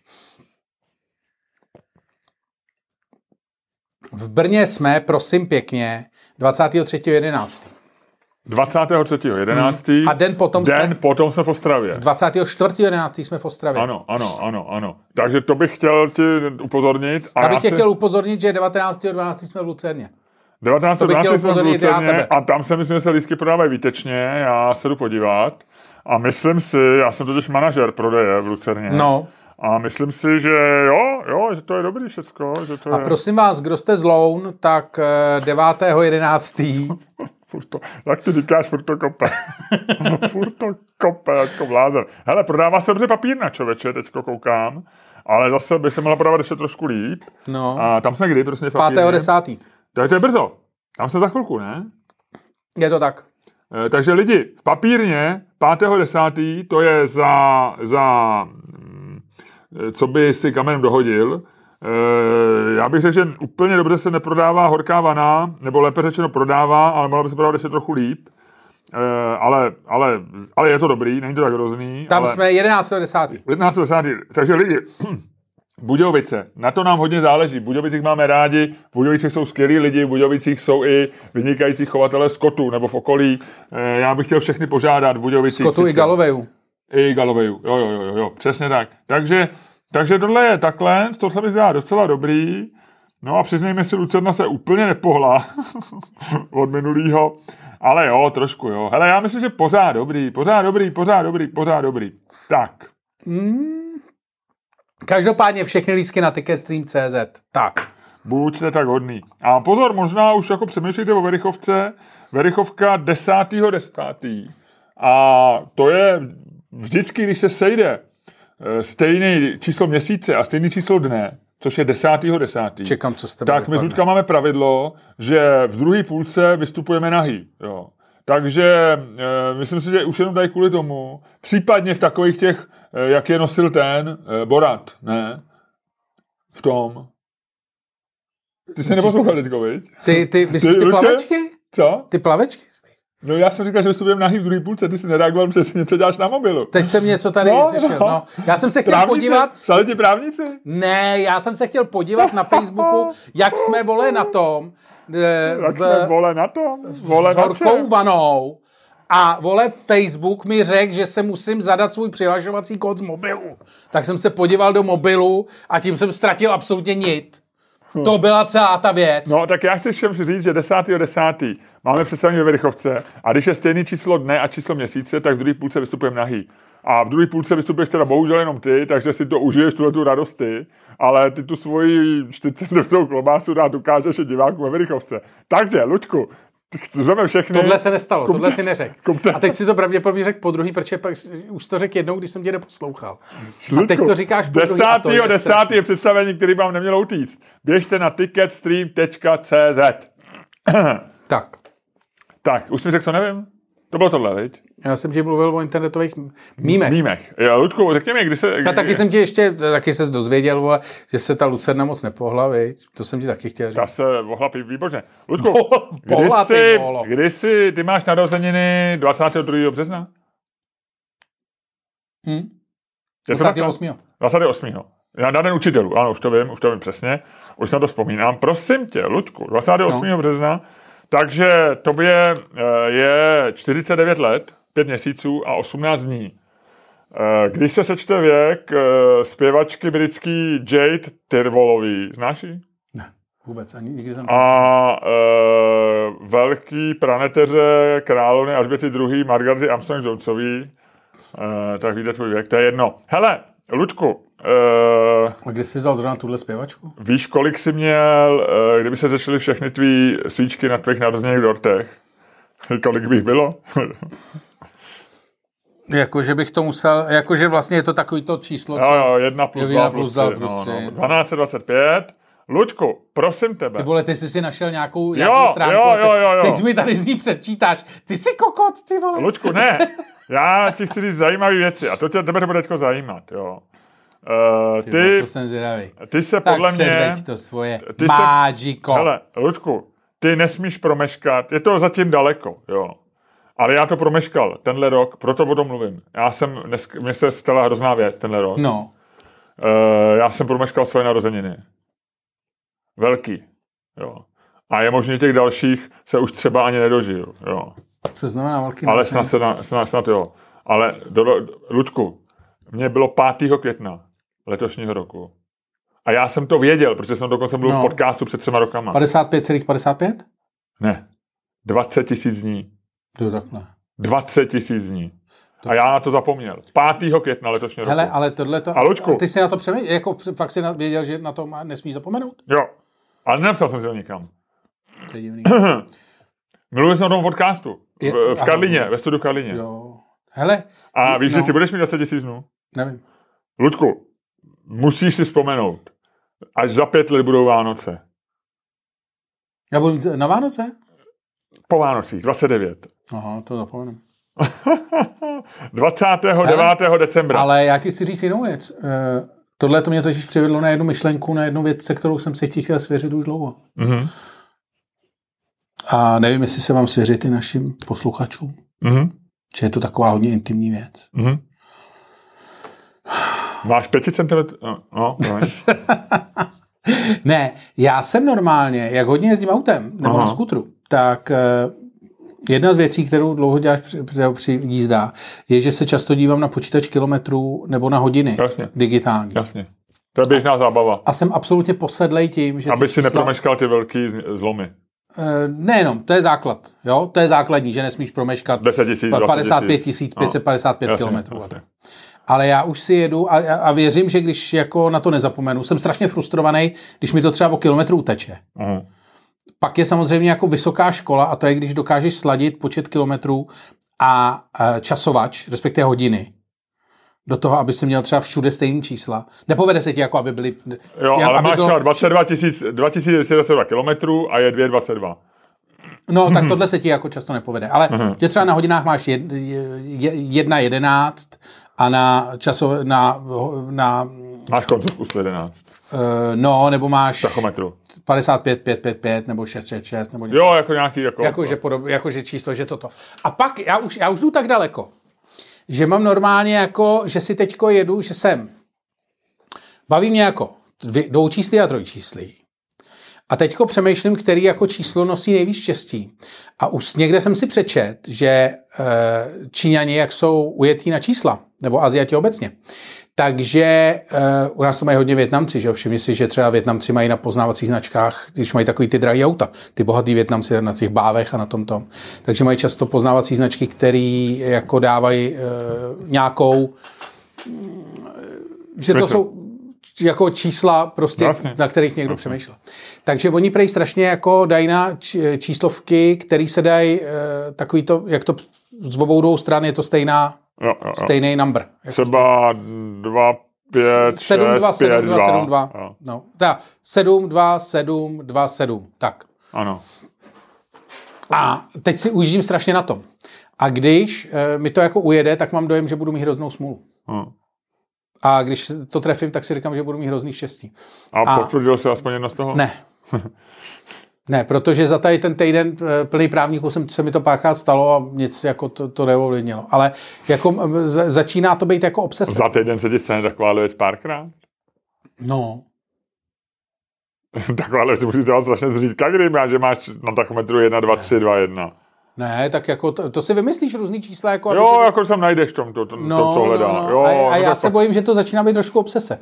V Brně jsme, prosím pěkně, dvacátého třetího jedenáctého dvacátého třetího jedenáctého Hmm. A den potom den jsme... potom jsme v Ostravě. dvacátého čtvrtého jedenáctého jsme v Ostravě. Ano, ano, ano, ano. Takže to bych chtěl ti upozornit. A já bych tě si... chtěl upozornit, že devatenáctého dvanáctého jsme v Lucerně. devatenáctého dvanáctého jsme v Lucerně a tam se myslím, že se lístky prodávají výtečně. Já se jdu podívat. A myslím si, já jsem totiž manažer prodeje v Lucerně. No. A myslím si, že jo, jo, že to je dobrý všecko. Že to a je... prosím vás, kdo jste z Loun, tak devátého jedenáctého Furt to, jak ty říkáš, furt to kope. Furt to kope jako blázen. Hele, prodává se dobře papírna, člověče, teďko koukám. Ale zase by se mohla prodávat ještě trošku líp. No. A tam jsme kdy, prostě v papírně? pátého desátého Tak to je brzo. Tam jsme za chvilku, ne? Je to tak. E, takže lidi, v papírně pátého desátého to je za, za co by si kamenem dohodil. E, já bych řekl, že úplně dobře se neprodává horká vana, nebo lépe řečeno prodává, ale mohla by se prodávat ještě trochu líp. E, ale, ale, ale je to dobrý, není to tak hrozný. Tam ale... jsme jedenáctého desátého jedenáctého desátého Takže lidi, Budějovice, na to nám hodně záleží. V Budějovicích máme rádi, v Budějovicích jsou skvělí lidi, v Budějovicích jsou i vynikající chovatelé skotu nebo v okolí. E, já bych chtěl všechny požádat v Budějovicích. Skotu i Galoveju. I Galoveju, jo, jo, jo, jo, přesně tak. Takže, takže tohle je takhle, to se mi zdá docela dobrý. No a přiznejme si, Lucerna se úplně nepohla od minulýho, ale jo, trošku jo. Hele, já myslím, že pořád dobrý, pořád dobrý, pořád dobrý, pořád dobrý. Tak. Mm. Každopádně všechny lístky na ticketstream tečka cé zet. Tak. Buďte tak hodný. A pozor, možná už jako přemýšlíte o Verichovce. Verichovka desátého desátého A to je vždycky, když se sejde stejný číslo měsíce a stejný číslo dne, což je desátého desátého Čekám, co jste tak my s Ludka máme pravidlo, že v druhé půlce vystupujeme nahý. Jo. Takže e, myslím si, že už jenom dají kvůli tomu, případně v takových těch, e, jak je nosil ten e, Borat, ne? V tom. Ty jsi neposlouchal teďko, viď? Ty, ty, myslíš ty, ty plavečky? Co? Ty plavečky? No já jsem říkal, že vystupujeme nahý v druhé půlce, ty jsi nereagoval, protože si něco děláš na mobilu. Teď jsem něco tady no, řešil, no. no. Já jsem se chtěl právníci, podívat... Psali ti právníci? Ne, já jsem se chtěl podívat na Facebooku, jak jsme, vole, na tom... E, jak v, jsme, vole, na tom? Vole, s horkou vanou. A, vole, Facebook mi řekl, že se musím zadat svůj přihlašovací kód z mobilu. Tak jsem se podíval do mobilu a tím jsem ztratil absolutně nic. Hmm. To byla celá ta věc. No, tak já chci všem říct, že desátého desátého máme představení ve Verichovce a když je stejný číslo dne a číslo měsíce, tak v druhé půlce vystupujeme nahý. A v druhé půlce vystupuješ teda bohužel jenom ty, takže si to užiješ, tuhle tu radost ty, ale ty tu svoji čtyřicetinovou klobásu rád ukážeš i divákům ve Verichovce. Takže, Luďku, zveme všechny. Tohle se nestalo, Kupte, tohle si neřekl. A teď si to pravděpodobně řekl po druhý, protože pak už to řekl jednou, když jsem tě neposlouchal. Luďku, a teď to říkáš po druhý. desátého desátého je představení, který vám nemělo utíct. Běžte na ticketstream tečka cé zet. Tak. Tak, už mi řekl, co nevím? To bylo tohle, viď? Já jsem ti mluvil o internetových mýmech. Mýmech. Já, Ludku, řekni mi, kdy se... A taky jsem ti ještě, taky ses dozvěděl, vole, že se ta Lucerna moc nepohla, viď? To jsem ti taky chtěl říct. Ta se mohla výborně. Ludku, kdy, jsi, kdy jsi, ty máš narozeniny dvacátého druhého března? Hm? dvacátého osmého dvacátého osmého Já na den učitelů, ano, už to vím, už to vím přesně. Už na to vzpomínám. Prosím tě, Luďku, dvacátého osmého No. března, takže tobě je čtyřicet devět let, pět měsíců a osmnáct dní. Když se sečte věk zpěvačky britský Jade Tyrwallový, znáš ji? Ne, vůbec, ani nikdy jsem... A e, velký praneteře královny Alžběty druhé. Margarety Armstrong-Jonesový, e, tak víte tvůj věk, to je jedno. Hele, Luďku, Uh, a kdy jsi vzal zrovna tuhle zpěvačku? Víš, kolik jsi měl, uh, kdyby se začaly všechny tvý svíčky na tvých narozených dortech? Kolik bych bylo? Jakože bych to musel, jakože vlastně je to takový to číslo, co... Jo, jo, jedna plus dva plus dva plus tři. No, no. dvanáct set dvacet pět. Luďku, prosím tebe. Ty vole, ty jsi si našel nějakou, nějakou jo, stránku. Jo, jo, jo, jo. Teď mi tady z ní předčítáš. Ty jsi kokot, ty vole. Luďku, ne. Já ti chci říct zajímavé věci a to tě, tebe to bude teďko zajímat, jo. Uh, ty, ty, to jsem zvědavý. Ty se tak podle mě... Tak to svoje mágiko. Hele, Luďku, ty nesmíš promeškat, je to zatím daleko, jo. Ale já to promeškal tenhle rok, proto o tom mluvím. Já jsem, dneska, mně se stala hrozná věc tenhle rok. No. Uh, já jsem promeškal svoje narozeniny. Velký, jo. A je možný, těch dalších se už třeba ani nedožiju, jo. Co znamená velký? Ale snad, se na, snad, snad jo. Ale, do, do, Luďku, mně bylo pátého května letošního roku. A já jsem to věděl, protože jsem dokonce mluvil no. v podcastu před třema rokama. padesát pět celá padesát pět? Ne. dvacet tisíc dní. To takhle. dvacet tisíc dní. To... A já na to zapomněl. pátého května letošního Hele, roku. ale tohle to... A Luďku. Ty jsi na to přemýšlel? Jako fakt jsi věděl, že na to nesmíš zapomenout? Jo. Ale nenapsal jsem si to nikam. To je divný. Mluvil jsem o tom podcastu. V, v Karlíně, ve studiu v Karlíně. Jo. Hele. A víš, no. že ty budeš mít dvacet tisíc dnů? Nevím. Luďku, musíš si vzpomenout. Až za pět let budou Vánoce. Já budu mít na Vánoce? Po Vánocích, dvacet devět. Aha, to zapomenu. dvacátého devátého decembra. Ale já ti chci říct jinou věc. Uh, tohle to mě totiž přivedlo na jednu myšlenku, na jednu věc, se kterou jsem si chtěl svěřit už dlouho. Mm-hmm. A nevím, jestli se mám svěřit i našim posluchačům. Mm-hmm. Že je to taková hodně intimní věc. Mm-hmm. Máš pět centimetrů? No, no, ne, já jsem normálně, jak hodně jezdím autem, nebo Aha. na skutru, tak uh, jedna z věcí, kterou dlouho děláš při, při jízdách, je, že se často dívám na počítač kilometrů nebo na hodiny. Jasně. Digitální. Jasně. To je běžná zábava. A jsem absolutně posedlej tím, že... Aby si čísla... nepromeškal ty velký zlomy. Nejenom, to je základ. Jo? To je základní, že nesmíš promeškat padesát pět tisíc pět set padesát pět kilometrů. Ale já už si jedu a, a věřím, že když jako na to nezapomenu, jsem strašně frustrovaný, když mi to třeba o kilometru uteče. Uh-huh. Pak je samozřejmě jako vysoká škola a to je, když dokážeš sladit počet kilometrů a, a časovač, respektive hodiny, do toho, aby si měl třeba všude stejný čísla. Nepovede se ti, jako aby byly... Jo, jak, ale aby máš bylo... dvacet dva tisíc dvacet dva kilometrů a je dvě dvacet dva. No, tak tohle se ti jako často nepovede. Ale uh-huh. že třeba na hodinách máš jed, jedna jedenáct a na časové... Na, na, máš koncovku sto jedenáct. Uh, no, nebo máš... Tachometru. padesát pět pět pět pět nebo šest set šest nebo něco. Jo, jako nějaký... Jako, jako, že podob, jako, že číslo, že toto. A pak, já už, já už jdu tak daleko, že mám normálně jako, že si teďko jedu, že jsem. Baví mě jako dvě, dvoučíslí a trojčíslí. A teďko přemýšlím, který jako číslo nosí nejvíc štěstí. A už někde jsem si přečet, že e, Číňani, jak jsou ujetí na čísla, nebo Aziati obecně, takže e, u nás to mají hodně Vietnamci, že jo? Všimni si, že třeba Vietnamci mají na poznávacích značkách, když mají takový ty drahý auta, ty bohatý Vietnamci na těch bávech a na tom tom. Takže mají často poznávací značky, které jako dávají e, nějakou, že to jsou jako čísla prostě, vlastně. Na kterých někdo vlastně. Přemýšlel. Takže oni prej strašně jako dají na číslovky, které se dají e, takový to, jak to z obou dvou stran je to stejná Jo, jo, jo. Stejný number. Třeba dva, pět, sedm, dva, šest, pět, sedm, dva, sedm, dva. No, tak, sedm, dva, sedm, dva, sedm. Tak. Ano. A teď si ujíždím strašně na tom. A když e, mi to jako ujede, tak mám dojem, že budu mít hroznou smůlu. Hmm. A když to trefím, tak si říkám, že budu mít hrozný štěstí. A, A potvrdil se aspoň jedno z toho? Ne. Ne, protože za tady ten týden plný právníků jsem, se mi to párkrát stalo a nic jako to, to neovlivnilo. Ale jako začíná to být jako obsese. Za týden se ti stane taková věc párkrát? No. Taková věc musíš dělat strašně zřídka, kdy máš, že máš na tachometru jedna, dva, tři, dva, jedna. Ne, tak jako to, to si vymyslíš různý čísla. Jako jo, to... jako tam najdeš tom, to, to, no, to co hledá. No, no. Jo, a a no, já se pak... bojím, že to začíná být trošku obsese.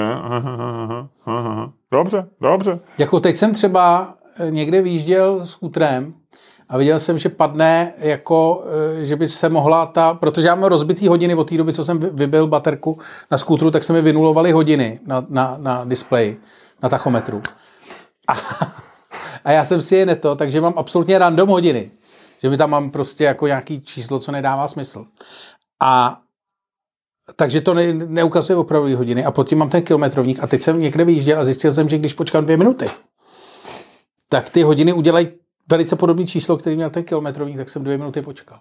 Dobře, dobře. Jako teď jsem třeba někde vyjížděl s skutrem a viděl jsem, že padne jako, že by se mohla ta, protože já mám rozbitý hodiny od té doby, co jsem vybil baterku na skútru, tak se mi vynulovaly hodiny na, na, na displeji, na tachometru. A, a já jsem si je neto, takže mám absolutně random hodiny. Že mi tam mám prostě jako nějaký číslo, co nedává smysl. A takže to ne, neukazuje opravdu hodiny. A pod tím mám ten kilometrovník. A teď jsem někde vyjížděl a zjistil jsem, že když počkám dvě minuty, tak ty hodiny udělají velice podobné číslo, který měl ten kilometrovník, tak jsem dvě minuty počkal.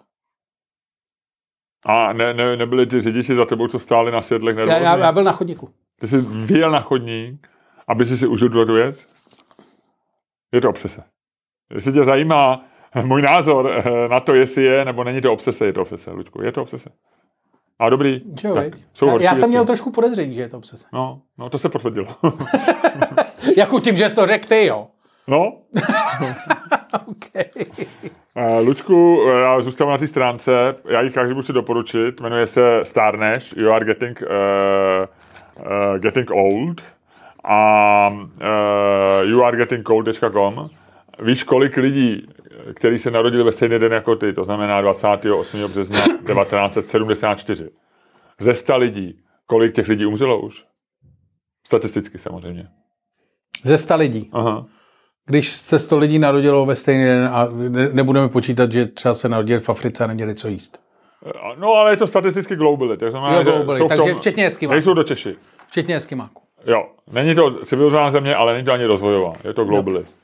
A ne, ne, nebyli ty řidiči za tebou, co stáli na světlech? Já, já, já byl na chodníku. Ty jsi vyjel na chodník, aby jsi si užil tu věc? Je to obsese. Jestli tě zajímá můj názor na to, jestli je, nebo není to obsese, je to obsese, Luďku, je to obsese. A dobrý. Jo, tak, já, já jsem měl trošku podezření, že je to obsese. No, no to se potvrdilo. Jako tím, že jsi to řekl ty, jo? No. Okay. Uh, Luďku, já zůstávám na té stránce, já ji každý budu si doporučit, jmenuje se Starneš, You Are Getting, uh, uh, getting Old a uh, you are getting old tečka com. Víš, kolik lidí, kteří se narodili ve stejný den jako ty, to znamená dvacátého osmého března devatenáct set sedmdesát čtyři. Ze sta lidí, kolik těch lidí umřelo už? Statisticky samozřejmě. Ze sta lidí? Aha. Když se sto lidí narodilo ve stejný den a nebudeme počítat, že třeba se narodili v Africe a neměli co jíst. No, ale je to statisticky globally. To znamená, jo, globally, že takže tom, včetně Eskimáků. Nejsou to Češi. Včetně Eskimáků. Jo, není to civilizovaná země, ale není to ani rozvojová. Je to globally. Uh,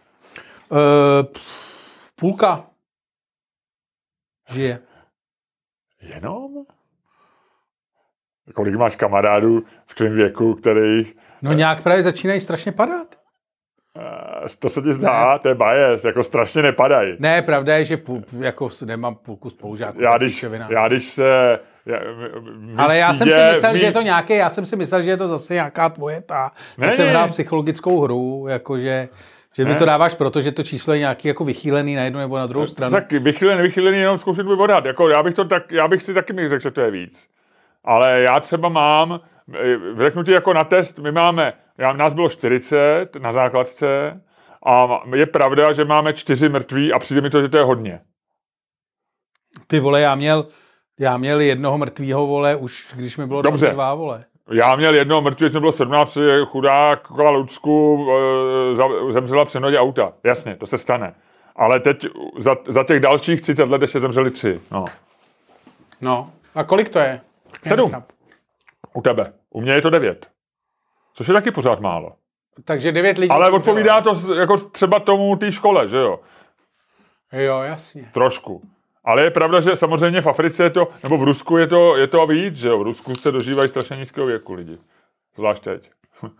půlka žije. Jenom? Kolik máš kamarádů v tvém věku, kterých... No nějak právě začínají strašně padat. To se ti zdá, ne. To je bias, jako strašně nepadají. Ne, pravda je, že půl, jako nemám půlku spolužáků. Já když, já když se... Já, ale já jsem si myslel, mý... že je to nějaké, já jsem si myslel, že je to zase nějaká tvoje ta, ne, tak jsem hrál psychologickou hru, jakože, že mi to dáváš proto, že to číslo je nějaký jako vychýlený na jednu nebo na druhou stranu. Tak vychýlený, vychýlený, jenom zkoušet můj odhad, jako já bych to tak, já bych si taky mi řekl, že to je víc. Ale já třeba mám, řeknu ti jako na test, my máme, já, nás bylo čtyřicet na základce a je pravda, že máme čtyři mrtví a přijde mi to, že to je hodně. Ty vole, já měl, já měl jednoho mrtvýho, vole, už když mi bylo dvacet dva, vole. Já měl jednoho mrtvého, to bylo sedmnáct, chudák kola Lucku, zemřela při nodě auta. Jasně, to se stane. Ale teď za, za těch dalších třicet let ještě zemřeli tři. No. No, a kolik to je? Sedm. U tebe. U mě je to devět. Což je taky pořád málo. Takže devět lidí. Ale odpovídá to jako třeba tomu té škole, že jo? Jo, jasně. Trošku. Ale je pravda, že samozřejmě v Africe je to, nebo v Rusku je to, je to víc, že jo? V Rusku se dožívají strašně nízkého věku lidi. Zvlášť teď.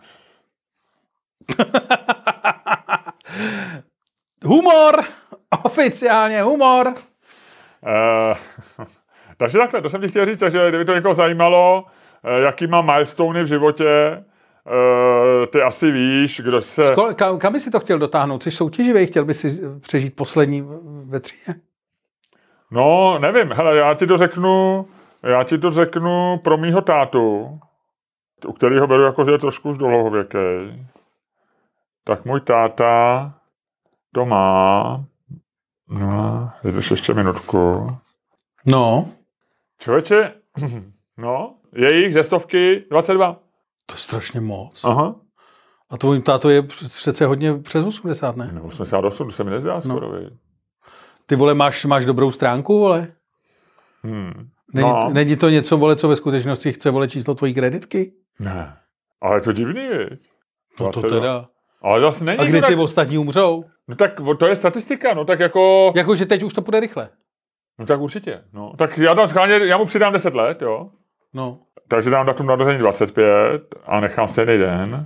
Humor! Oficiálně humor! Uh, takže takhle, to jsem ti chtěl říct, že kdyby to někoho zajímalo, jaký má milestony v životě, uh, ty asi víš, kdo se... Skol, kam, kam by si to chtěl dotáhnout? Jsi soutěživý? Chtěl by si přežít poslední ve třídě? No, nevím, hele, já ti to řeknu, já ti to řeknu pro mýho tátu, u kterého beru jako, že je trošku už dlouhověkej. Tak můj táta to má, no, jdeš ještě minutku. No. Člověče, no, jejich ze stovky dvacet dva. To je strašně moc. Aha. A tvůj táto je přece hodně přes osmdesát, ne? No, osmdesát osm, to se mi nezdá skoro, no. Ty, vole, máš, máš dobrou stránku, vole? Hmm. Není, no. není to něco, vole, co ve skutečnosti chce, vole, číslo tvojí kreditky? Ne. Ale je to divný, viď? No to teda. Ale zase není. A kdy to ty tak... ostatní umřou? No tak to je statistika, no tak jako... Jako, že teď už to půjde rychle. No tak určitě, no. Tak já tam schválně, já mu přidám deset let, jo? No. Takže dám datum narození dvacet pět a nechám stejný den.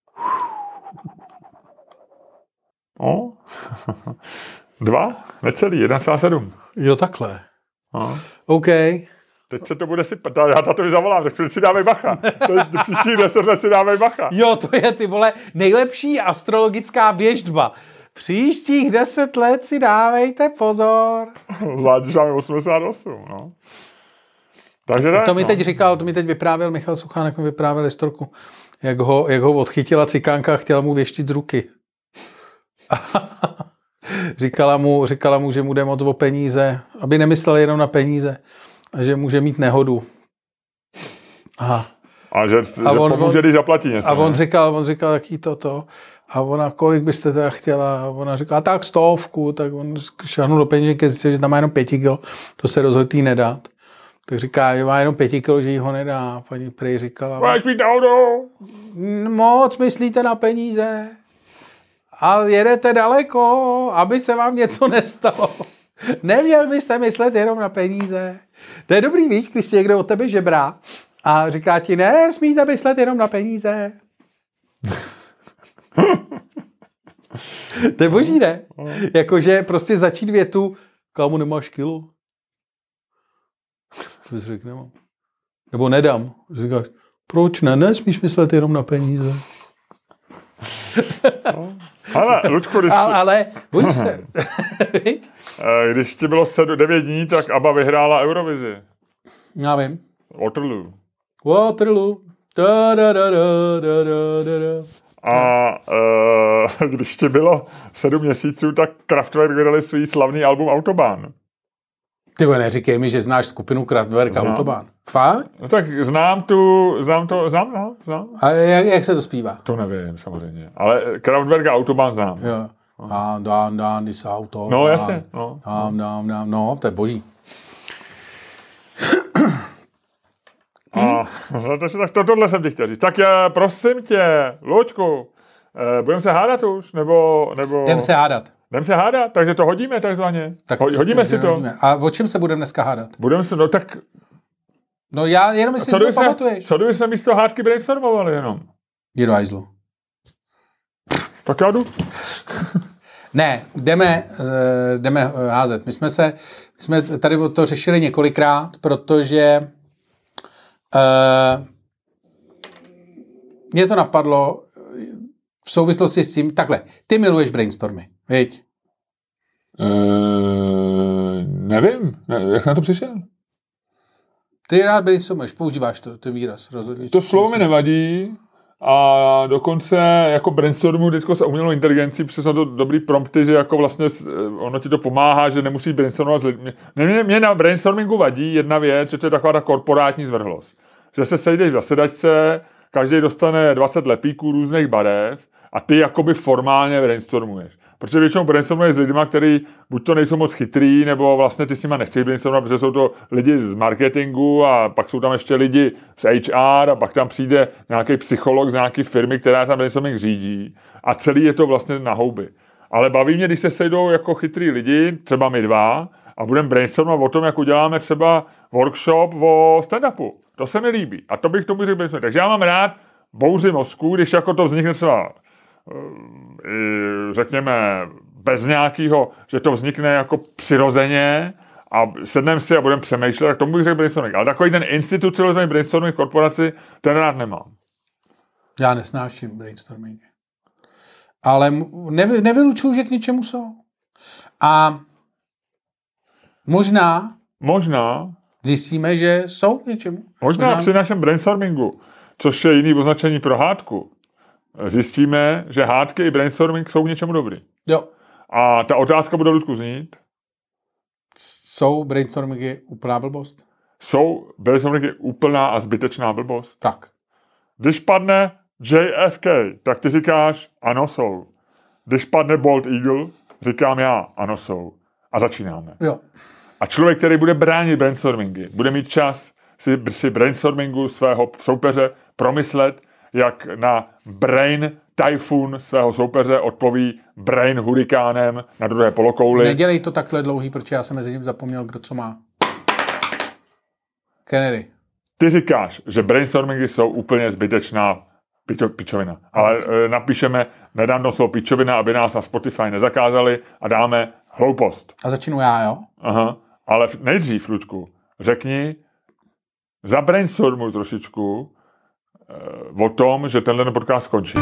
O? Dva? Necelý, jedna celá sedm. Jo, takhle. No. OK. Teď se to bude sypat. Já tátovi zavolám, tak si dávej bacha. Příští deset let si dávej bacha. Jo, to je, ty vole, nejlepší astrologická věštba. Příštích deset let si dávejte pozor. Zvlášť, že máme osmdesát osm, no. Takže tak, to mi no. teď říkal, to mi teď vyprávěl Michal Suchánek, mi vyprávěl historku, jak ho, jak ho odchytila cikánka a chtěla mu věštit z ruky. říkala, mu, říkala mu, že mu jde moc o peníze, aby nemyslel jenom na peníze a že může mít nehodu. Aha. A že, a že on, pomůže, když zaplatí něco. A on ne? říkal, on říkal, jaký toto. A ona, kolik byste teda chtěla? A ona říkala, tak stovku. Tak on šahnul do peněženky, zjistil, že tam má jenom pěti kilo. To se rozhodl jí nedat. Tak říká, že má jenom pěti kilo, že jí ho nedá. Paní prej říkala. Máš mít auto? Moc myslíte na peníze. A jedete daleko, aby se vám něco nestalo. Neměl byste myslet jenom na peníze. To je dobrý, víš, když ti někdo od tebe žebrá a říká ti, ne, smíte myslet jenom na peníze. To je boží, ne? Jakože prostě začít větu, kámo, nemáš kilo? Co jsi řekl, nemám. Nebo nedám. Říkáš, proč ne? Nesmíš myslet jenom na peníze. Ale, Luďku, když... Ale, ale bojíš se. Když ti bylo sedm, devět dní, tak ABBA vyhrála Eurovizi. Já vím. Waterloo. Waterloo. Da, da, da, da, da, da, da. A uh, když ti bylo sedm měsíců, tak Kraftwerk vydali svůj slavný album Autobahn. Ty neříkej mi, že znáš skupinu Kraftwerk Autobahn. Fakt? No tak znám tu, znám to, znám, no, znám. A jak, jak se to zpívá? To nevím, samozřejmě. Ale Kraftwerk a Autobahn znám. Jo. Dám, dám, dám, dis auto. No, jasně. No, dám, dám, dám, no, to je boží. A, no, to, tak to, tohle jsem ti chtěl říct. Tak já, prosím tě, Luďku, eh, budeme se hádat už? Nebo, nebo... Jdem se hádat. Jdem se hádat, takže to hodíme takzvaně. Tak hodíme to, si to. Hodíme. A o čem se budeme dneska hádat? Budeme se, no tak... No já jenom si to pamatuješ. Co kdyby se místo hádky brainstormovali jenom? Jdu do hajzlu. Tak já jdu. Ne, jdeme, uh, jdeme uh, házet. My jsme se, my jsme tady to řešili několikrát, protože uh, mě to napadlo v souvislosti s tím, takhle, ty miluješ brainstormy, viď? Uh, nevím, ne, jak na to přišel? Ty rád brainstormuješ, používáš to, ten výraz, rozhodně. To slovo mi nevadí a dokonce jako brainstormu teďko s umělou inteligencí, protože jsou to dobrý prompty, že jako vlastně ono ti to pomáhá, že nemusíš brainstormovat s lidmi. Mě, mě na brainstormingu vadí jedna věc, že to je taková ta korporátní zvrhlost. Že se sejdeš v zasedačce, každý dostane dvacet lepíků různých barev a ty jakoby formálně brainstormuješ. Protože většinou brainstormuješ s lidmi, kteří buď to nejsou moc chytrý, nebo vlastně ty s nima nechceš brainstormovat, protože jsou to lidi z marketingu a pak jsou tam ještě lidi z H R a pak tam přijde nějaký psycholog z nějaké firmy, která tam brainstorming řídí a celý je to vlastně na houby. Ale baví mě, když se sejdou jako chytrý lidi, třeba my dva, a budeme brainstormovat o tom, jak uděláme třeba workshop o stand-upu. To se mi líbí. A to bych tomu řekl brainstorming. Takže já mám rád bouři mozku, když jako to vznikne třeba řekněme bez nějakého, že to vznikne jako přirozeně a sedneme si a budeme přemýšlet, tak tomu bych řekl brainstorming. Ale takový ten institucionalizovaný brainstorming v korporaci, ten rád nemám. Já nesnáším brainstorming. Ale nevy, nevylučuju, že k něčemu jsou. A možná možná zjistíme, že jsou k něčemu. Možná, možná při našem brainstormingu, což je jiný označení pro hádku, zjistíme, že hádky i brainstorming jsou k něčemu dobrý. Jo. A ta otázka bude, Ludku, znít. Jsou brainstormingy úplná blbost? Jsou brainstormingy úplná a zbytečná blbost? Tak. Když padne J F K, tak ty říkáš, ano, jsou. Když padne Bald Eagle, říkám já, ano, jsou. A začínáme. Jo. A člověk, který bude bránit brainstormingy, bude mít čas si, si brainstormingu svého soupeře promyslet, jak na brain typhoon svého soupeře odpoví brain hurikánem na druhé polokouli. Nedělej to takhle dlouhý, protože já jsem mezi tím zapomněl, kdo co má. Kennedy. Ty říkáš, že brainstormingy jsou úplně zbytečná pičo, pičovina. Ale e, napíšeme, nedám to slovo pičovina, aby nás na Spotify nezakázali a dáme hloupost. A začnu já, jo? Aha. Ale nejdřív, Ludku, řekni, zabrainstormuj trošičku o tom, že tenhle podcast skončí.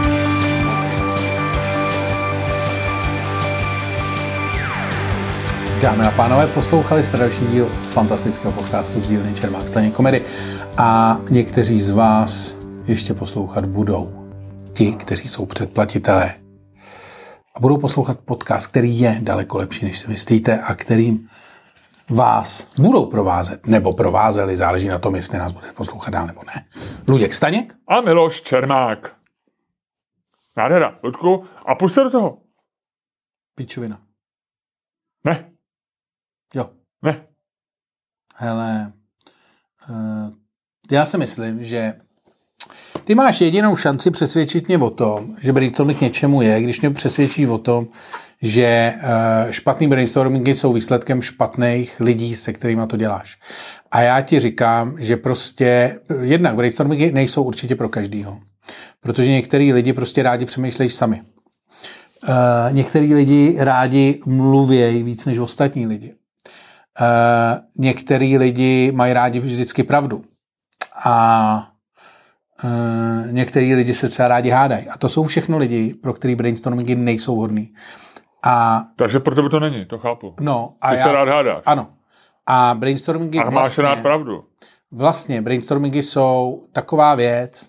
Dámy a pánové, poslouchali jste další díl fantastického podcastu z dílny Čermák Staněk Komedy a někteří z vás ještě poslouchat budou. Ti, kteří jsou předplatitelé. A budou poslouchat podcast, který je daleko lepší, než si myslíte a kterým vás budou provázet, nebo provázeli, záleží na tom, jestli nás bude poslouchat dál nebo ne. Luděk Staněk a Miloš Čermák. Nádhera, Ludku, a půjď se do toho. Pičovina. Ne. Jo. Ne. Hele, já si myslím, že ty máš jedinou šanci přesvědčit mě o tom, že brainstorming k něčemu je, když mě přesvědčíš o tom, že špatný brainstormingy jsou výsledkem špatných lidí, se kterými to děláš. A já ti říkám, že prostě jednak brainstormingy nejsou určitě pro každýho. Protože některý lidi prostě rádi přemýšlejí sami. Některý lidi rádi mluvějí víc než ostatní lidi. Některý lidi mají rádi vždycky pravdu. A Uh, některý lidi se třeba rádi hádají. A to jsou všechno lidi, pro který brainstormingy nejsou hodný. A, takže pro tebe to není, to chápu. No, a Ty já, se rád hádáš. Ano. A brainstormingy a máš vlastně, rád pravdu. Vlastně, brainstormingy jsou taková věc,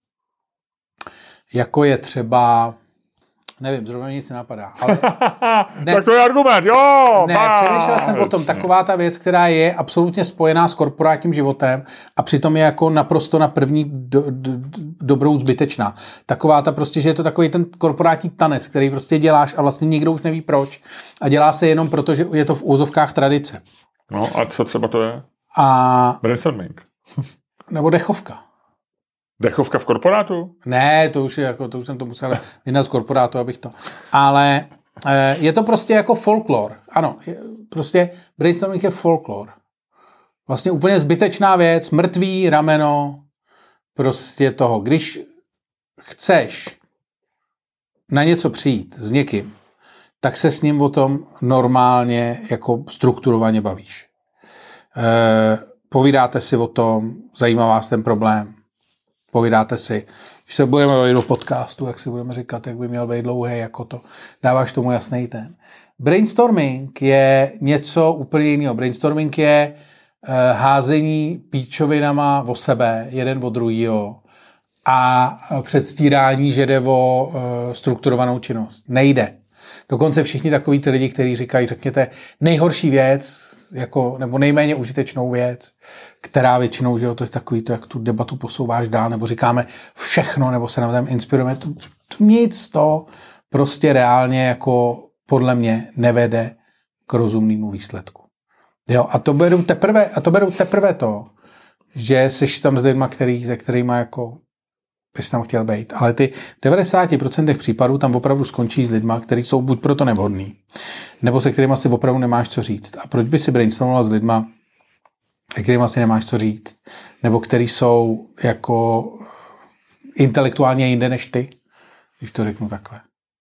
jako je třeba, nevím, zrovna nic nenapadá. Ale ne, tak to je argument, jo! Ne, přemýšlel jsem o tom, taková ta věc, která je absolutně spojená s korporátním životem a přitom je jako naprosto na první do, do, dobrou zbytečná. Taková ta prostě, že je to takový ten korporátní tanec, který prostě děláš a vlastně nikdo už neví proč a dělá se jenom proto, že je to v úzovkách tradice. No a co třeba to je? A... brainstorming. Nebo dechovka. Dechovka v korporátu? Ne, to už, je jako, to už jsem to musel vydat z korporátu, abych to... Ale e, je to prostě jako folklor. Ano, je, prostě brainstorming je folklor. Vlastně úplně zbytečná věc, mrtvý rameno prostě toho. Když chceš na něco přijít s někým, tak se s ním o tom normálně jako strukturovaně bavíš. E, povídáte si o tom, zajímá vás ten problém, povídáte si, když se budeme bavit do podcastu, jak si budeme říkat, jak by měl být dlouhý, jako to, dáváš tomu jasný ten. Brainstorming je něco úplně jiného. Brainstorming je uh, házení píčovinama o sebe, jeden od druhýho a předstírání, že jde o uh, strukturovanou činnost. Nejde. Dokonce všichni takoví ty lidi, kteří říkají, řekněte, nejhorší věc, jako, nebo nejméně užitečnou věc, která většinou, že jo, to je takový to, jak tu debatu posouváš dál, nebo říkáme všechno, nebo se navzájem inspirujeme. To, to, nic z toho prostě reálně jako podle mě nevede k rozumnému výsledku. Jo, a to beru teprve, a to beru teprve to, že jsi tam s lidma, který, se kterýma jako bys tam chtěl být. Ale ty v devadesáti procentech případů tam opravdu skončí s lidma, kteří jsou buď proto nevhodný, nebo se kterýma si opravdu nemáš co říct. A proč by si brainstormoval s lidma, se kterýma si nemáš co říct, nebo který jsou jako intelektuálně jinde než ty, když to řeknu takhle.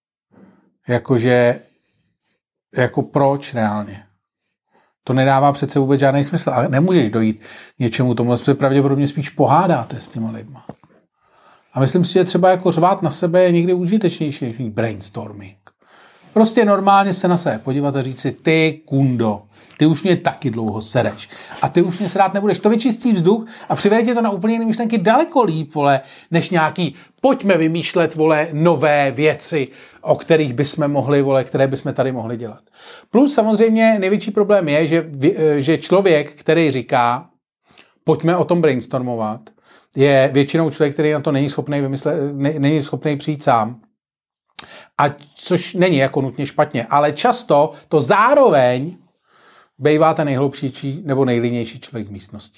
Jakože, jako proč reálně? To nedává přece vůbec žádný smysl. Ale nemůžeš dojít k něčemu tomu, se pravděpodobně spíš pohádáte s těma lidma. A myslím si, že třeba jako řvát na sebe je někdy užitečnější než brainstorming. Prostě normálně se na sebe podívat a říct si, ty kundo, ty už mě taky dlouho sereš. A ty už mě srát nebudeš. To vyčistí vzduch a přivede tě to na úplně jiné myšlenky daleko líp, vole, než nějaký, pojďme vymýšlet, vole, nové věci, o kterých bychom mohli, vole, které bychom tady mohli dělat. Plus samozřejmě největší problém je, že, že člověk, který říká, pojďme o tom brainstormovat, je většinou člověk, který na to není schopný vymyslet, ne, není schopný přijít sám. A což není jako nutně špatně, ale často to zároveň bývá ten nejhloubší nebo nejlínější člověk v místnosti.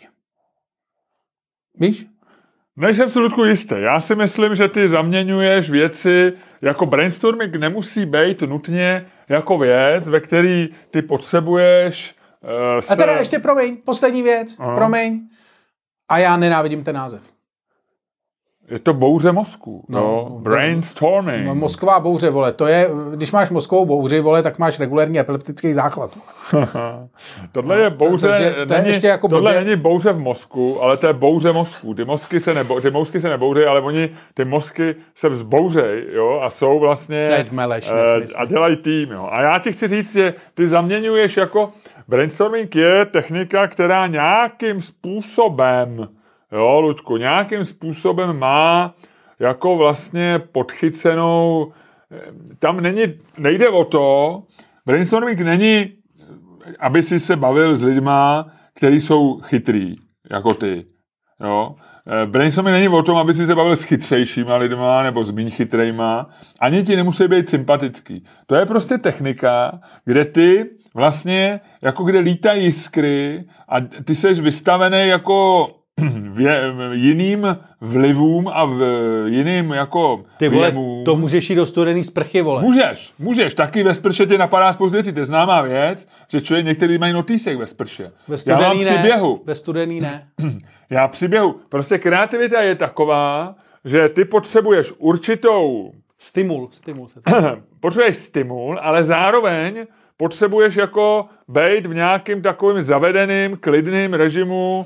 Víš? Nejsem si, Ludku, jistý. Já si myslím, že ty zaměňuješ věci, jako brainstorming nemusí být nutně jako věc, ve který ty potřebuješ uh, se... A teda ještě promiň, poslední věc, Aha. promiň. A já nenávidím ten název. Je to bouře mozku. No, no, brainstorming. No, mozková bouře, vole. To je, když máš mozkovou bouři, vole, tak máš regulární epileptický záchvat. Tohle je bouře, Takže to je není, ještě jako tohle blbě. není bouře v mozku, ale to je bouře mozku. Ty mozky se, nebo, ty mozky se nebouřejí, ale oni, ty mozky se vzbouřejí, jo, a jsou vlastně Nedmeleš, eh, a dělají tým, jo. A já ti chci říct, že ty zaměňuješ jako, brainstorming je technika, která nějakým způsobem, jo, Luďku, nějakým způsobem má jako vlastně podchycenou, tam není, nejde o to, brainstorming není, aby si se bavil s lidma, kteří jsou chytrý, jako ty, jo. Brainstorming není o tom, aby si se bavil s chytřejšíma lidma nebo s méně chytrejma, ani ti nemusí být sympatický. To je prostě technika, kde ty vlastně, jako kde lítají jiskry a ty seš vystavený jako jiným vlivům a v jiným jako ty vole, věmům. To můžeš jít do studený sprchy, vole. Můžeš, můžeš. Taky ve sprše tě napadá spoustu věcí. To je známá věc, že člověk některý mají notýsek ve sprše. Ve studený Já mám přiběhu. Ne. Ve studený ne. Já přiběhu. Prostě kreativita je taková, že ty potřebuješ určitou... Stimul. Stimul se potřebuješ stimul, ale zároveň potřebuješ jako být v nějakým takovým zavedeným, klidným režimu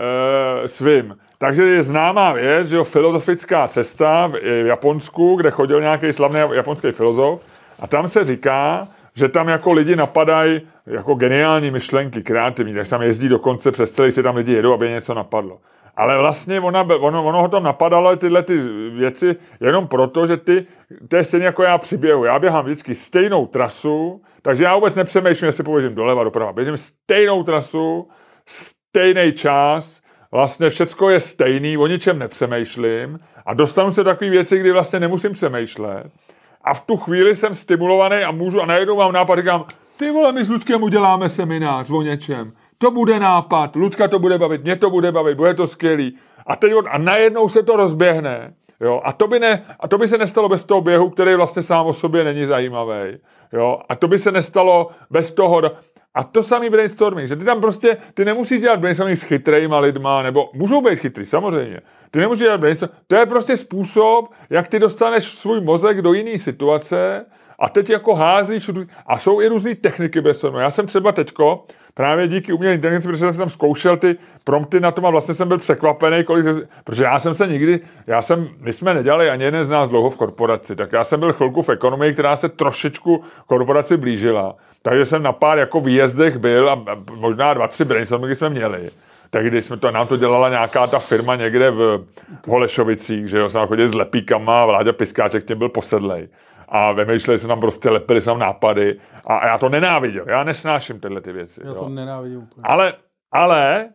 e, svým. Takže je známá věc, že jo, filozofická cesta v Japonsku, kde chodil nějaký slavný japonský filozof a tam se říká, že tam jako lidi napadají jako geniální myšlenky, kreativní, tak tam jezdí dokonce přes celý svět, tam lidi jedou, aby něco napadlo. Ale vlastně ona, ono, ono ho tam napadalo tyhle ty věci jenom proto, že ty, to je stejně jako já při běhu. Já běhám vždycky stejnou trasu, takže já vůbec nepřemýšlím, jestli poběžím doleva, doprava. Běžím stejnou trasu, stejný čas, vlastně všecko je stejný, o ničem nepřemýšlím a dostanu se do takové věci, kdy vlastně nemusím přemýšlet. A v tu chvíli jsem stimulovaný a můžu a najednou mám nápad, říkám, ty vole, my s Ludkem uděláme seminář o něčem. To bude nápad, Ludka to bude bavit, mě to bude bavit, bude to skvělý. A teď a najednou se to rozběhne. Jo? A, to by ne, a to by se nestalo bez toho běhu, který vlastně sám o sobě není zajímavý. Jo? A to by se nestalo bez toho. A to samý brainstorming, že ty tam prostě, ty nemusíš dělat brainstorming s chytrejma lidma, nebo můžou být chytrý, samozřejmě. Ty nemusíš dělat brainstorming. To je prostě způsob, jak ty dostaneš svůj mozek do jiné situace a teď jako házíš. A jsou i různý techniky brainstormingu. Já jsem třeba teďko, právě díky umělé inteligenci, protože jsem tam zkoušel ty prompty na tom a vlastně jsem byl překvapený, kolik, protože já jsem se nikdy, já jsem, my jsme nedělali ani jeden z nás dlouho v korporaci, tak já jsem byl chvilku v ekonomii, která se trošičku korporaci blížila. Takže jsem na pár jako výjezdech byl a možná dva, tři brainstormingy jsme měli. Tak když jsme to, nám to dělala nějaká ta firma někde v Holešovicích, že jo, jsme chodili s lepíkama a Vláďa Piskáček tím byl posedlej. A vymýšleli jsme tam prostě, lepili jsme tam nápady a já to nenáviděl, já nesnáším tyhle ty věci. Já to jo. nenávidím úplně. Ale, ale,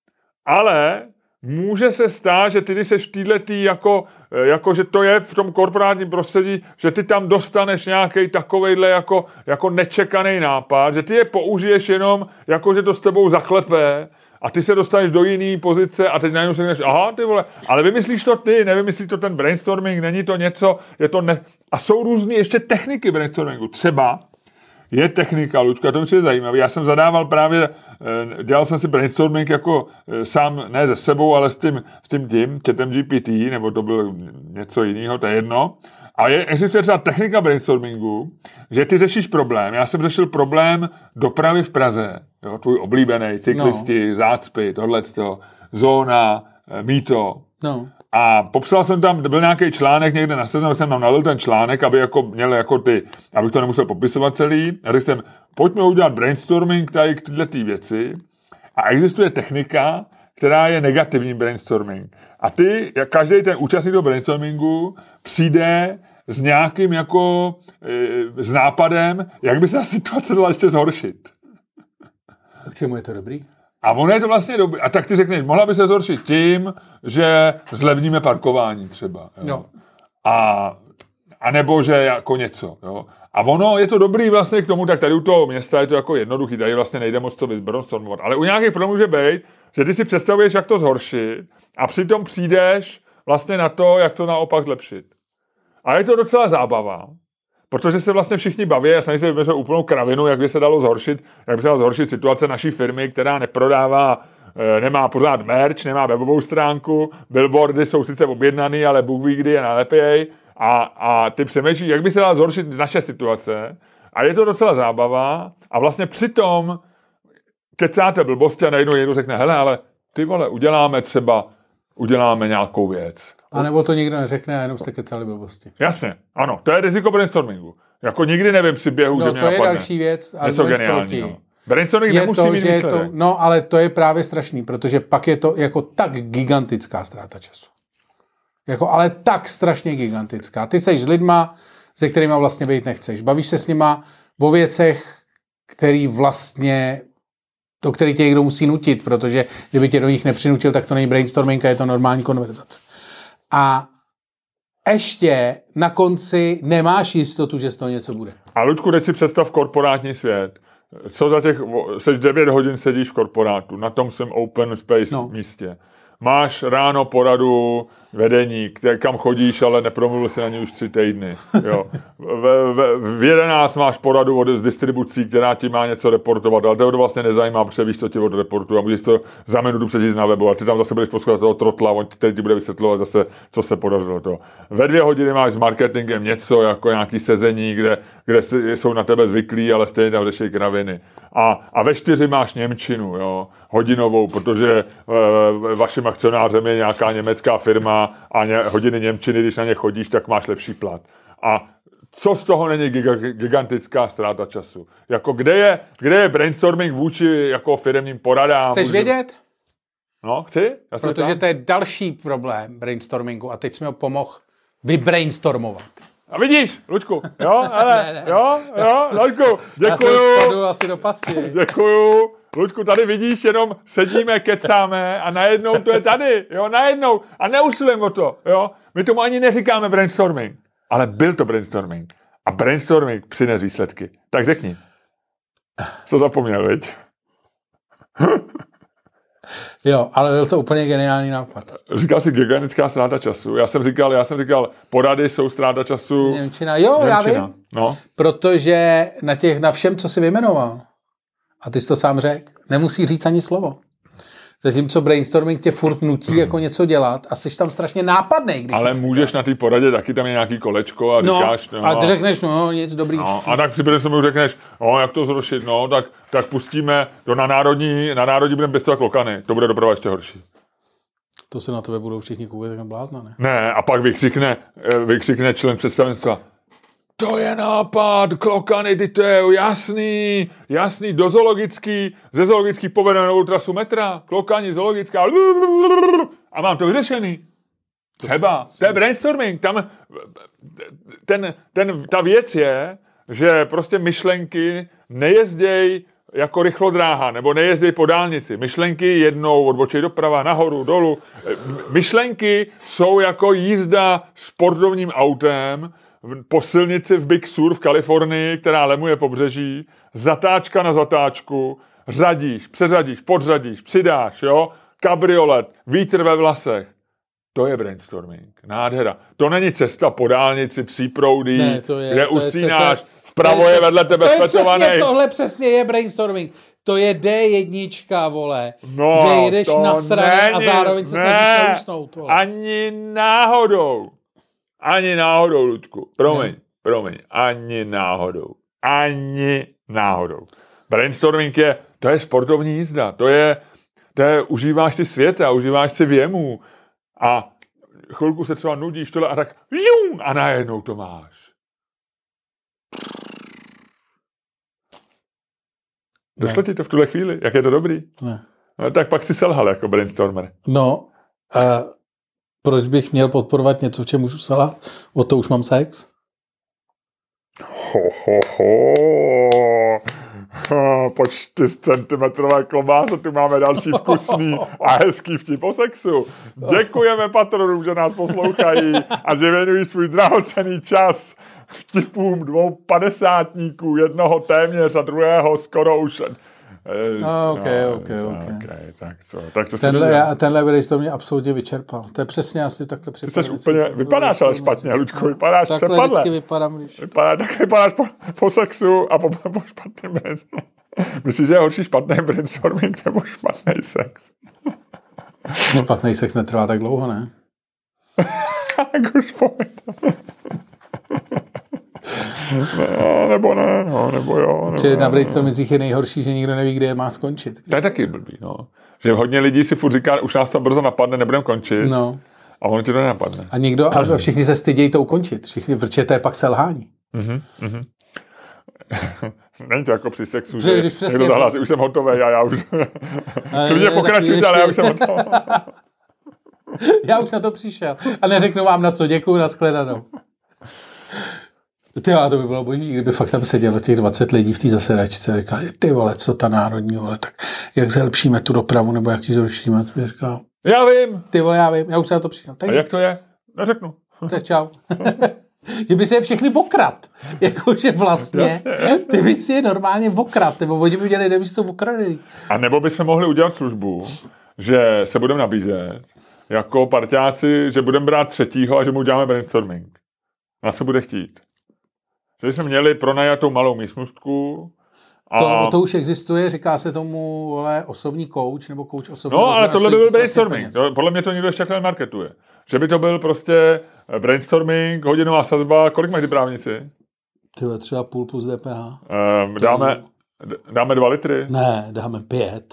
ale může se stát, že ty, když seš v téhletý, jako, jako, že to je v tom korporátním prostředí, že ty tam dostaneš nějaký takovejhle jako, jako nečekaný nápad, že ty je použiješ jenom, jako, že to s tebou zaklepé a ty se dostaneš do jiný pozice a teď najednou se řekneš, aha, ty vole, ale vymyslíš to ty, nevymyslíš to ten brainstorming, není to něco, je to ne... A jsou různý ještě techniky brainstormingu. Třeba je technika, Luďka, to mi je zajímavé. Já jsem zadával právě, dělal jsem si brainstorming jako sám, ne se sebou, ale s tím, s tím tím, chatem G P T, nebo to bylo něco jiného, to je jedno. A je, existuje třeba technika brainstormingu, že ty řešíš problém. Já jsem řešil problém dopravy v Praze. Jo, tvůj oblíbený, cyklisti, no. zácpy, tohleto, zóna, mýto. No. A popsal jsem tam, byl nějaký článek někde na seznamu, jsem tam nalil ten článek, aby jako měl jako ty, abych to nemusel popisovat celý. A řekl jsem, pojďme udělat brainstorming tady k tyhle ty věci. A existuje technika, která je negativní brainstorming. A ty, jak každý ten účastník toho brainstormingu, přijde s nějakým jako, e, s nápadem, jak by se ta situace dala ještě zhoršit. K čemu je to dobrý? A ono je to vlastně dobrý. A tak ty řekneš, mohla by se zhoršit tím, že zlevníme parkování třeba. Jo? No. A, a nebo že jako něco. Jo? A ono je to dobrý vlastně k tomu, tak tady u toho města je to jako jednoduchý, tady vlastně nejde moc to vybrainstormovat. Ale u nějakých problémů může být, že ty si představuješ, jak to zhoršit a přitom přijdeš vlastně na to, jak to naopak zlepšit. A je to docela zábava. Protože se vlastně všichni baví, já jsem si vymyslel úplnou kravinu, jak by se dalo zhoršit, jak by se dalo zhoršit situace naší firmy, která neprodává, nemá pořád merch, nemá webovou stránku, billboardy jsou sice objednaný, ale Bůh ví, kdy je najlepěj. A, a ty přemýšlíš, jak by se dala zhoršit naše situace. A je to docela zábava. A vlastně přitom kecáte blbosti a najednou někdo řekne, hele, ale ty vole, uděláme třeba, uděláme nějakou věc. A nebo to nikdo neřekne a jenom jste kecali blbosti. Jasně, ano, to je riziko brainstormingu. Jako nikdy nevím při běhu, no, že mě to je napadne. Další věc. Něco geniálního. Brainstorming je nemusí to, být že to, no, ale to je právě strašný, protože pak je to jako tak gigantická ztráta času. Jako, ale tak strašně gigantická. Ty seš s lidma, se kterýma vlastně být nechceš. Bavíš se s nima o věcech, který vlastně, do kterých tě někdo musí nutit, protože kdyby tě do nich nepřinutil, tak to není brainstorming a je to normální konverzace. A ještě na konci nemáš jistotu, že z toho něco bude. A Ludku, teď si představ korporátní svět. co za těch, seš devět hodin sedíš v korporátu, na tom svém open space no. místě. Máš ráno poradu vedení, kde, kam chodíš, ale nepromluvil si na ní už tři týdny. Jo. V, v, v jedenáct máš poradu od, z distribucí, která ti má něco reportovat, ale to vlastně nezajímá, protože víš, co ti odreportuje a můžeš to za minutu přečíst na webu a ty tam zase budeš poslouchat toho trotla, on ti, ti bude vysvětlovat zase, co se podařilo. To. Ve dvě hodiny máš s marketingem něco, jako nějaký sezení, kde, kde jsou na tebe zvyklí, ale stejně tam řeší kraviny. A, a ve čtyři máš němčinu, jo, hodinovou, protože e, vaším akcionářem je nějaká německá firma a ně, hodiny němčiny, když na ně chodíš, tak máš lepší plat. A co z toho není gigantická ztráta času? Jako kde je, kde je brainstorming vůči jako firemním poradám? Chceš může... vědět? No, chci. Já Protože to je další problém brainstormingu a teď jsi mi ho pomohl vybrainstormovat. A vidíš, Luďku, jo, ale, ne, ne. jo, jo, Luďku, děkuju. Já jsem asi do pasy. Děkuju. Luďku, tady vidíš, jenom sedíme, kecáme a najednou to je tady, jo, najednou a neusilujeme o to, jo. My tomu ani neříkáme brainstorming, ale byl to brainstorming a brainstorming přines výsledky. Tak řekni. Co zapomněl, viď? Jo, ale byl to úplně geniální nápad. Říkal jsi gigantická ztráta času. Já jsem říkal, já jsem říkal, porady jsou ztráta času. Němčina, jo, Němčina. Já vím. No. Protože na těch, na všem, co jsi vyjmenoval, a ty jsi to sám řekl, nemusí říct ani slovo. Zatímco brainstorming tě furt nutí jako něco dělat a jsi tam strašně nápadnej. Když ale můžeš na té poradě, taky tam je nějaký kolečko a říkáš... No, a ty řekneš, no, nic dobrý. No, a tak si brainstormingu řekneš, no, jak to zrušit, no, tak, tak pustíme to na národní, na národní budeme pěstovat klokany, to bude doprava ještě horší. To se na tebe budou všichni koukovat jako blázna, ne? Ne, a pak vykřikne, vykřikne člen představenstva. To je nápad, klokany, ty to je jasný, jasný, do zoologický, ze zoologický povedeme novou trasu metra, klokani, zoologická, a mám to vyřešený. Třeba, to je brainstorming, tam ten, ten, ta věc je, že prostě myšlenky nejezděj jako rychlodráha, nebo nejezděj po dálnici. Myšlenky jednou odbočej doprava, nahoru, dolů. Myšlenky jsou jako jízda sportovním autem, po silnici v Big Sur v Kalifornii, která lemuje pobřeží, zatáčka na zatáčku, řadíš, přeřadíš, podřadíš, přidáš, jo, kabriolet, vítr ve vlasech. To je brainstorming. Nádhera. To není cesta po dálnici tříproudí, ne, to je, kde to usínáš, je, to, vpravo je, je vedle tebe svetovaný. Tohle přesně je brainstorming. To je dé jedna, vole, no, kde jedeš na straně a zároveň se ne, snažíš neusnout. Vole. Ani náhodou. Ani náhodou, Ludku. Promiň, ne. promiň. Ani náhodou. Ani náhodou. Brainstorming je, to je sportovní jízda. To je, to je, užíváš si světa, užíváš si věmů a chvilku se třeba nudíš tohle a tak jum, a najednou to máš. Došlo ti to v tuhle chvíli? Jak je to dobrý? Ne. No, tak pak si selhal jako brainstormer. No, uh... proč bych měl podporovat něco, v čem můžu selhat? O to už mám sex? Ho, ho, ho. ho po čtyřcentimetrové klobáse tu máme další vkusný a hezký vtip o sexu. Děkujeme patronům, že nás poslouchají a že věnují svůj drahocenný čas vtipům dvou padesátníků, jednoho téměř a druhého skoro už... No, okay, no, okay, okay. okay, tak co, tak co tenhle, já, tenhle brainstorm mě absolutně vyčerpal. To je přesně asi takhle připadá. Úplně, vypadáš ale špatně, Luďku, vypadáš takhle přepadle. Takhle vždycky vypadám, když... Vypadá, tak vypadáš po, po sexu a po, po špatným brainstorming. Myslíš, že je horší špatný brainstorming nebo špatný sex? Špatný sex netrvá tak dlouho, ne? Jak už pověděl. Ne, nebo ne, no, nebo jo. Nebo Čili na brainstormicích je nejhorší, že nikdo neví, kde je má skončit. To je taky blbý, no. Že hodně lidí si furt říká, už nás to brzo napadne, nebudeme končit. No. A ono ti to nenapadne. A nikdo, a všichni se stydějí to ukončit. Všichni, protože to je pak selhání. Mhm, mhm. Není to jako při sexu, že někdo zahlásí, už jsem hotový a já už... Klidně pokračujte, ale já už jsem hotový. Já už na to přišel. A neřeknu vám na co, děkuju, nashledanou. Ty, to by bylo boží, kdyby fakt tam sedělo těch dvacet lidí v té zasedačce a říkali, ty vole, co ta národní, vole, tak jak zlepšíme tu dopravu, nebo jak ji zrušíme. To říkal, já vím. Ty vole, já vím, já už se na to přišel. Tak a jak to je? Neřeknu. Tak čau. Že by si je všechny okrad. Jakože vlastně, jasně, jasně. Ty by si je normálně okrad, nebo oni by měli, nevím, že jsou okradený. A nebo bychom mohli udělat službu, že se budeme nabízet jako parťáci, že budeme brát třetího a že mu uděláme brainstorming. Na co bude chtít. Že jsme měli pronajatou malou místnostku. A... To, to už existuje, říká se tomu vole, osobní coach nebo coach osobní. No, ale tohle by byl brainstorming. To, podle mě to nikdo ještě takhle marketuje. Že by to byl prostě brainstorming, hodinová sazba. Kolik mají ty právníci? Tyhle třeba půl plus D P H. Um, dáme, dáme dva litry? Ne, dáme pět.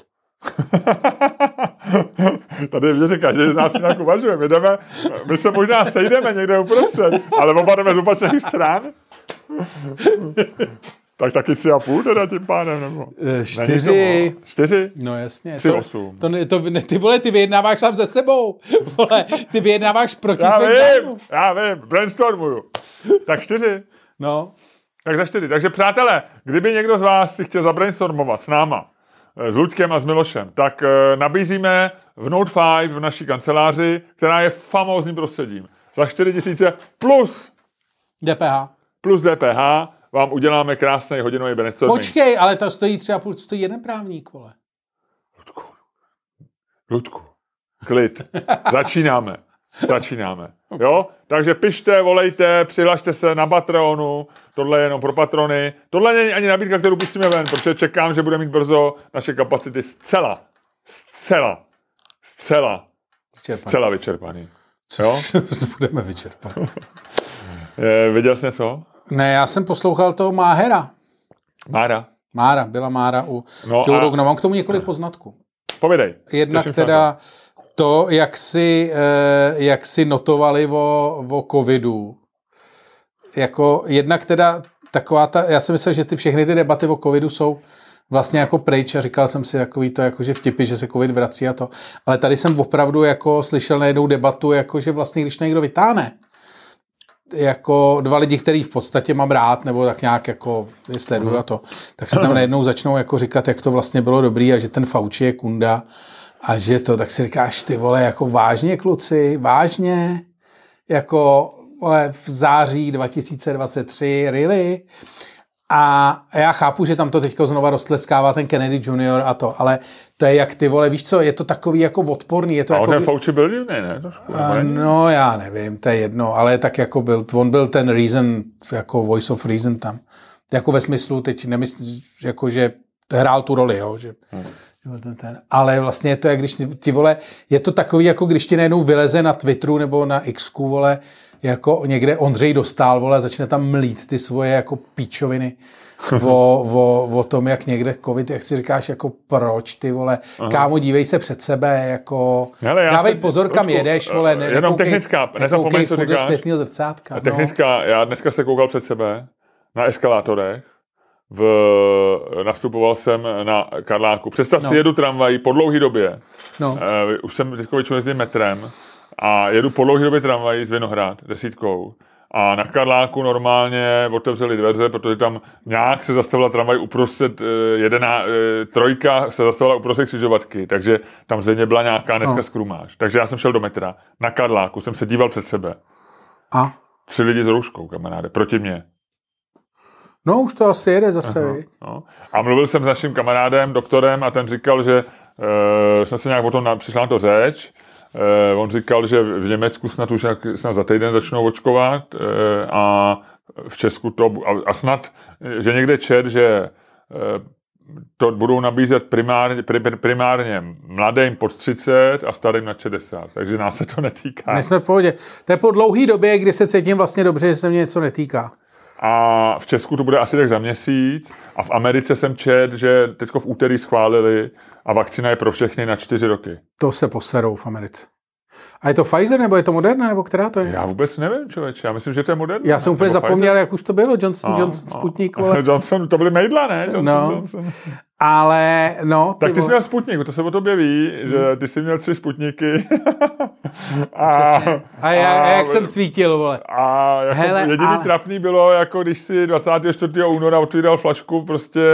Tady vidíte, každý z nás nějak uvažuje. My, jdeme, my se možná sejdeme někde uprostřed, ale oba jdeme z opačných stran. Tak taky tři a půl teda tím pádem, nebo? Čtyři. Čtyři? No jasně. Tři, to, osm. To, to, to, ty vole, ty vyjednáváš sám se sebou. Vole, ty vyjednáváš proti já svým vím, zájmu. Já vím, brainstormuju. Tak čtyři. No. Tak za čtyři. Takže přátelé, kdyby někdo z vás si chtěl zabrainstormovat s náma, s Luďkem a s Milošem, tak uh, nabízíme v Note pět v naší kanceláři, která je famózním prostředím. Za čtyři tisíce plus D P H. Plus D P H vám uděláme krásný hodinový brainstorming. Počkej, ale to stojí třeba půl, stojí jeden právník, vole. Ludku, Ludku, klid. Začínáme. Začínáme. Jo? Takže pište, volejte, přihlašte se na Patreonu, tohle je jenom pro patrony. Tohle není ani nabídka, kterou pustíme ven, protože čekám, že bude mít brzo naše kapacity zcela, zcela, zcela, vyčerpaný. zcela vyčerpaný. Jo? Budeme vyčerpaný. Viděl jsi něco? Ne, já jsem poslouchal toho Máhera. Mára. Mára, byla Mára u no Joe Rogana. Mám k tomu několik poznatků. Povědej. Jednak teda to, jak si, eh, jak si notovali o, o covidu. Jako jednak teda taková ta, já si myslím, že ty všechny ty debaty o covidu jsou vlastně jako pryč a říkal jsem si takový to, jakože vtipy, že se covid vrací a to. Ale tady jsem opravdu jako slyšel najednou debatu, jakože vlastně, když to někdo vytáhne, jako dva lidi, který v podstatě mám rád, nebo tak nějak jako je sleduju a to, tak se tam najednou začnou jako říkat, jak to vlastně bylo dobrý a že ten Fauci je kunda a že to, tak si říkáš, ty vole, jako vážně kluci, vážně, jako vole, v září dva tisíce dvacet tři, really? A já chápu, že tam to teďko znova roztleskává ten Kennedy junior a to, ale to je jak ty vole, víš co, je to takový jako odporný. Je to a jako, ten Fauci byl divný, ne? Trošku, a, no já nevím, to je jedno, ale tak jako byl, on byl ten reason, jako voice of reason tam. Jako ve smyslu, teď nemyslím, jako že hrál tu roli, jo, že... Hmm. Ten, ten. Ale vlastně je to, jak když ti vole, je to takový, jako když ti najednou vyleze na Twitteru nebo na Xku, vole, jako někde Ondřej Dostál, vole, začne tam mlít ty svoje jako píčoviny o, o, o tom, jak někde covid, jak si říkáš, jako proč, ty vole, aha. Kámo, dívej se před sebe, jako hele, dávej se, pozor, kam trošku, jedeš, vole, ne, jenom nekoukej, technická, nezapomeň, co říkáš. Zpětnýho zrcátka. Technická, no. Já dneska se koukal před sebe na eskalátorech, v, nastupoval jsem na Karláku. Představ no. si, jedu tramvají po dlouhý době. No. Uh, už jsem teďko většinou jezdil metrem a jedu po dlouhý době tramvají z Vinohrad desítkou. A na Karláku normálně otevřeli dveře, protože tam nějak se zastavila tramvaj uprostřed jedená, trojka se zastavila uprostřed křižovatky, takže tam zřejmě byla nějaká dneska no. skrumáž. Takže já jsem šel do metra. Na Karláku jsem se díval před sebe. A? Tři lidi s rouškou, kamaráde, proti mně. No, už to asi jede zase. Aha, no. A mluvil jsem s naším kamarádem, doktorem, a ten říkal, že uh, jsme se nějak o tom na, přišla na to řeč. Uh, on říkal, že v Německu snad už jak, snad za týden začnou očkovat uh, a v Česku to, a, a snad, že někde čet, že uh, to budou nabízet primárně, primárně mladým pod třicet a starým na šedesát. Takže nás se to netýká. My jsme v pohodě. To je po dlouhý době, kdy se cítím vlastně dobře, že se mě něco netýká. A v Česku to bude asi tak za měsíc a v Americe jsem čet, že teďko v úterý schválili a vakcína je pro všechny na čtyři roky. To se poserou v Americe. A je to Pfizer, nebo je to Moderna, nebo která to je? Já vůbec nevím, člověče. Já myslím, že to je Moderna. Já jsem úplně zapomněl, Pfizer? Jak už to bylo. Johnson, a, Johnson, a, Sputnik. Vole. Johnson, to byly mejdla, ne? Johnson, no. Johnson. Ale, no. Ty tak ty jsi měl Sputnik, to se o tobě ví, hmm. že ty jsi měl tři Sputniky. a, a, já, a jak jsem svítil, vole. A jako hele, jediný ale... trapný bylo, jako když si dvacátého čtvrtého února otvíral flašku prostě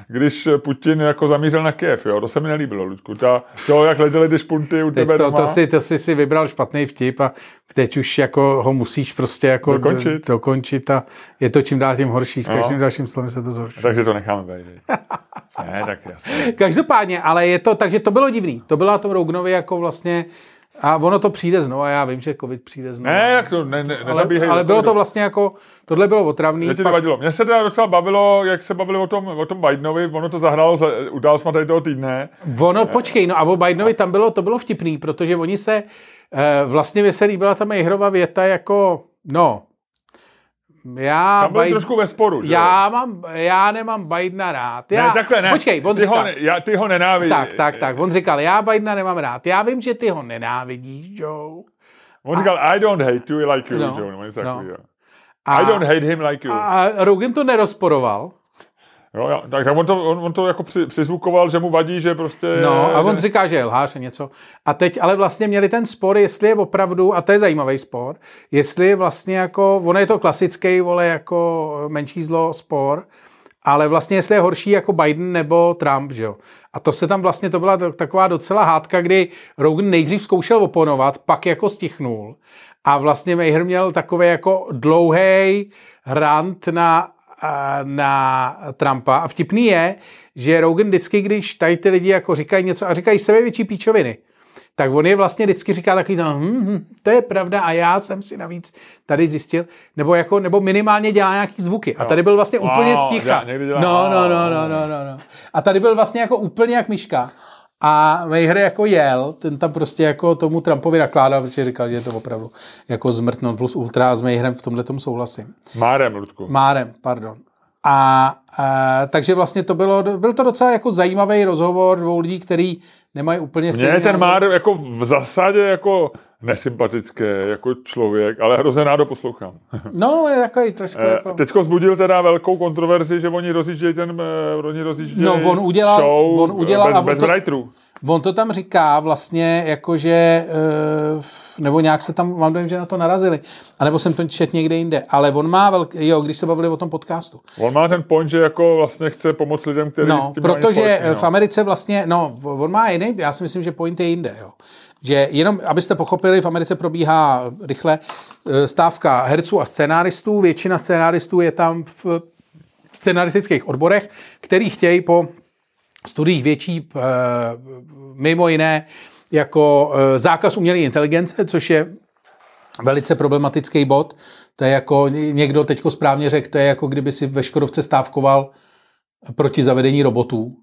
když Putin jako zamířil na Kyjev, jo, to se mi nelíbilo, Ludku. Ta, to, jak letěly ty špunty u teď tebe to, doma. To si, to si si vybral špatný vtip a teď už jako ho musíš prostě jako dokončit, do, dokončit a je to čím dál tím horší, s každým no. dalším slovem se to zhorší. Takže to necháme být. Ne, tak jasně. Každopádně, ale je to, takže to bylo divný. To bylo na tom Roganovi jako vlastně. A ono to přijde znovu, a já vím, že covid přijde znovu. Ne, jak to, ne, ne, nezabíhej. Ale, ale bylo to vlastně jako, tohle bylo otravný. Mě ti to vadilo. Mně se teda docela bavilo, jak se bavili o tom, o tom Bidenovi, ono to zahrálo, udál jsme tady toho týdne. Ono, počkej, no a o Bidenovi tam bylo, to bylo vtipný, protože oni se, eh, vlastně mě se líbila ta Mayherova věta jako, no, já... Tam byl Biden, trošku ve sporu, že já, mám, já nemám Bidena rád. Já, ne, takhle ne. Počkej, on ty říkal... Ho, já, ty ho nenávidíš. Tak, tak, tak. On říkal, já Bidena nemám rád. Já vím, že ty ho nenávidíš, Joe. On říkal, I don't hate you like you, no, Joe. No. A, I don't hate him like you. A Rogan to nerozporoval. Jo, tak, tak on, to, on, on to jako při, přizvukoval, že mu vadí, že prostě... No a on že... říká, že je lhář a něco. A teď ale vlastně měli ten spor, jestli je opravdu, a to je zajímavý spor, jestli je vlastně jako, ono je to klasický, vole, jako menší zlo spor, ale vlastně jestli je horší jako Biden nebo Trump, že jo. A to se tam vlastně, to byla taková docela hádka, kdy Rogan nejdřív zkoušel oponovat, pak jako stichnul. A vlastně Mayher měl takový jako dlouhý rant na na Trumpa. A vtipný je, že Rogan vždycky, když tady ty lidi jako říkají něco a říkají sebevětší píčoviny, tak on je vlastně vždycky říká takový to, hm, hm, to je pravda a já jsem si navíc tady zjistil, nebo, jako, nebo minimálně dělá nějaký zvuky. A tady byl vlastně wow, úplně sticha. No, no, no, no, no, no. A tady byl vlastně jako úplně jak myška. A Mayher jako jel, ten tam prostě jako tomu Trumpovi nakládal, protože říkal, že je to opravdu jako zmrt non plus ultra a s Mayherem v tomhletom souhlasím. Márem, Ludku. Márem, pardon. A, a takže vlastně to bylo, byl to docela jako zajímavý rozhovor dvou lidí, který nemají úplně stejný. Mně ten Már jako v zásadě jako nesympatický jako člověk, ale hrozně rádo poslouchám. No, je takový trošku jako... Teďko vzbudil teda velkou kontroverzi, že oni rozjíždějí ten, oni rozjíždějí no, on udělal, show on udělal, bez, bez to, writerů. On to tam říká vlastně, jakože, nebo nějak se tam, mám dojem, že na to narazili, anebo jsem to čet někde jinde, ale on má velký, jo, když se bavili o tom podcastu. On má ten point, že jako vlastně chce pomoct lidem, kteří no, s tím protože společný, no. v Americe vlastně, no, on má jiný, já si myslím, že point je jinde, jo. Že jenom, abyste pochopili, v Americe probíhá rychle stávka herců a scénáristů, většina scénáristů je tam v scenaristických odborech, který chtějí po studiích větší, mimo jiné, jako zákaz umělé inteligence, což je velice problematický bod. To je jako, někdo teďko správně řekl, to je jako kdyby si ve Škodovce stávkoval proti zavedení robotů.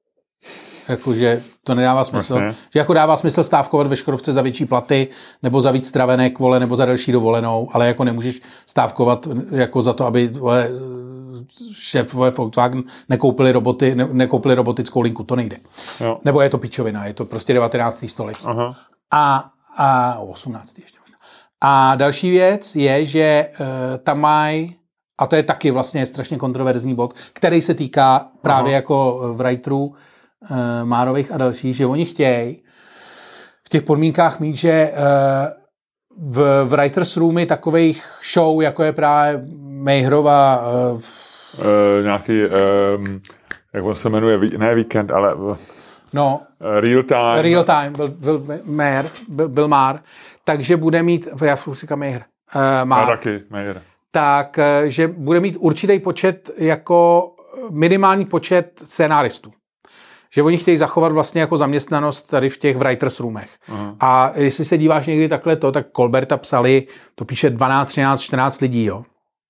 Jakože to nedává smysl. Vlastně. Že jako dává smysl stávkovat ve Škodovce za větší platy, nebo za víc stravenek, vole, nebo za delší dovolenou, ale jako nemůžeš stávkovat jako za to, aby vole, šéf Volkswagen nekoupili, roboty, ne, nekoupili robotickou linku. To nejde. Jo. Nebo je to pičovina, je to prostě devatenácté století. Aha. A, a osmnácté ještě možná. A další věc je, že uh, tam mají, a to je taky vlastně strašně kontroverzní bod, který se týká právě Aha. jako writerů, Márových a dalších, že oni chtějí v těch podmínkách mít, že v, v Writers Roomy takových show, jako je právě Mayherova uh, nějaký um, jak on se jmenuje, ne Weekend, ale no, Real Time. Real Time, byl, byl, Mayer, byl, byl Már, takže bude mít, já furt říkám Mayher, uh, Már. A taky Mayher. Tak, že bude mít určitý počet, jako minimální počet scénáristů. Že oni chtějí zachovat vlastně jako zaměstnanost tady v těch writers roomech. Aha. A jestli se díváš někdy takhle to, tak Colberta psali, to píše dvanáct, třináct, čtrnáct lidí, jo.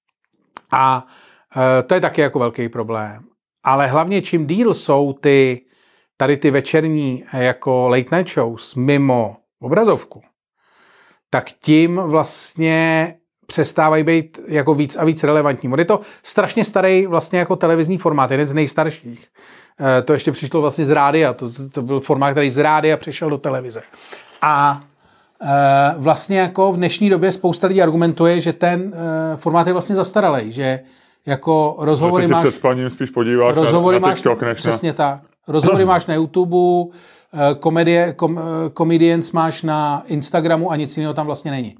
A e, to je taky jako velký problém. Ale hlavně čím díl jsou ty, tady ty večerní jako late night shows mimo obrazovku, tak tím vlastně přestávají být jako víc a víc relevantní. Je to strašně starý vlastně jako televizní formát, jeden z nejstarších. E, to ještě přišlo vlastně z rádia, to, to byl formát, který z rádia přišel do televize. A e, vlastně jako v dnešní době spousta lidí argumentuje, že ten e, formát je vlastně zastaralej, že jako rozhovory máš... před spaním spíš podíváš rozhovory na, na máš, TikTok, než přesně na... tak. Rozhovory máš na YouTube, komedie, kom, comedians máš na Instagramu a nic jiného tam vlastně není.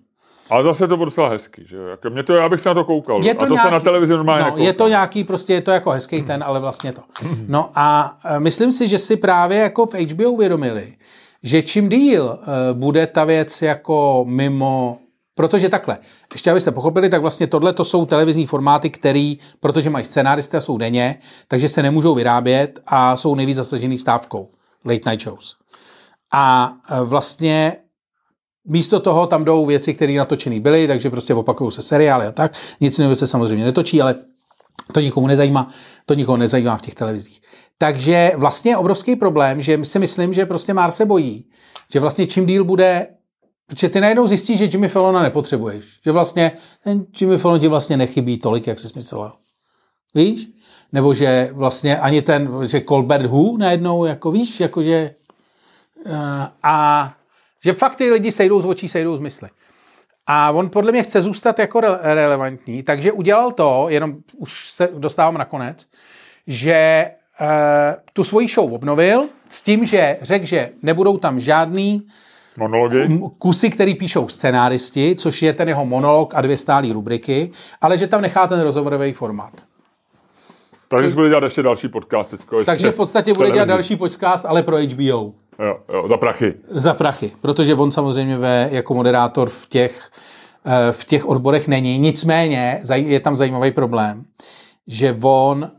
Ale zase to bylo docela hezký, že jako mě to, já bych se na to koukal. Je to a to nějaký, se na televizi normálně no, nekoukal. je to nějaký, prostě je to jako hezký ten, ale vlastně to. No a myslím si, že si právě jako v H B O uvědomili, že čím díl uh, bude ta věc jako mimo, protože takhle, ještě abyste pochopili, tak vlastně tohle to jsou televizní formáty, který, protože mají scenáristy a jsou denně, takže se nemůžou vyrábět a jsou nejvíc zasažený stávkou. Late night shows. A uh, vlastně místo toho tam jdou věci, které natočené byly, takže prostě opakují se seriály a tak. Nic jiného se samozřejmě netočí, ale to nikomu nezajímá, to nikoho nezajímá v těch televizích. Takže vlastně je obrovský problém, že si myslím, že prostě Már se bojí, že vlastně čím díl bude, protože ty najednou zjistíš, že Jimmy Fallona nepotřebuješ. Že vlastně ten Jimmy Fallon ti vlastně nechybí tolik, jak jsi myslel. Víš? Nebo že vlastně ani ten, že Colbert Who najednou, jako víš, jakože uh, a že fakt ty lidi sejdou z očí, sejdou z mysli. A on podle mě chce zůstat jako re- relevantní, takže udělal to, jenom už se dostávám na konec, že uh, tu svoji show obnovil s tím, že řekl, že nebudou tam žádný monology, kusy, který píšou scenáristi, což je ten jeho monolog a dvě stálé rubriky, ale že tam nechá ten rozhovorový formát. Takže bude dělat ještě další podcast teďko. Takže v podstatě bude dělat další podcast, ale pro H B O. Jo, jo, za prachy. Za prachy, protože on samozřejmě ve, jako moderátor v těch, v těch odborech není. Nicméně je tam zajímavý problém, že on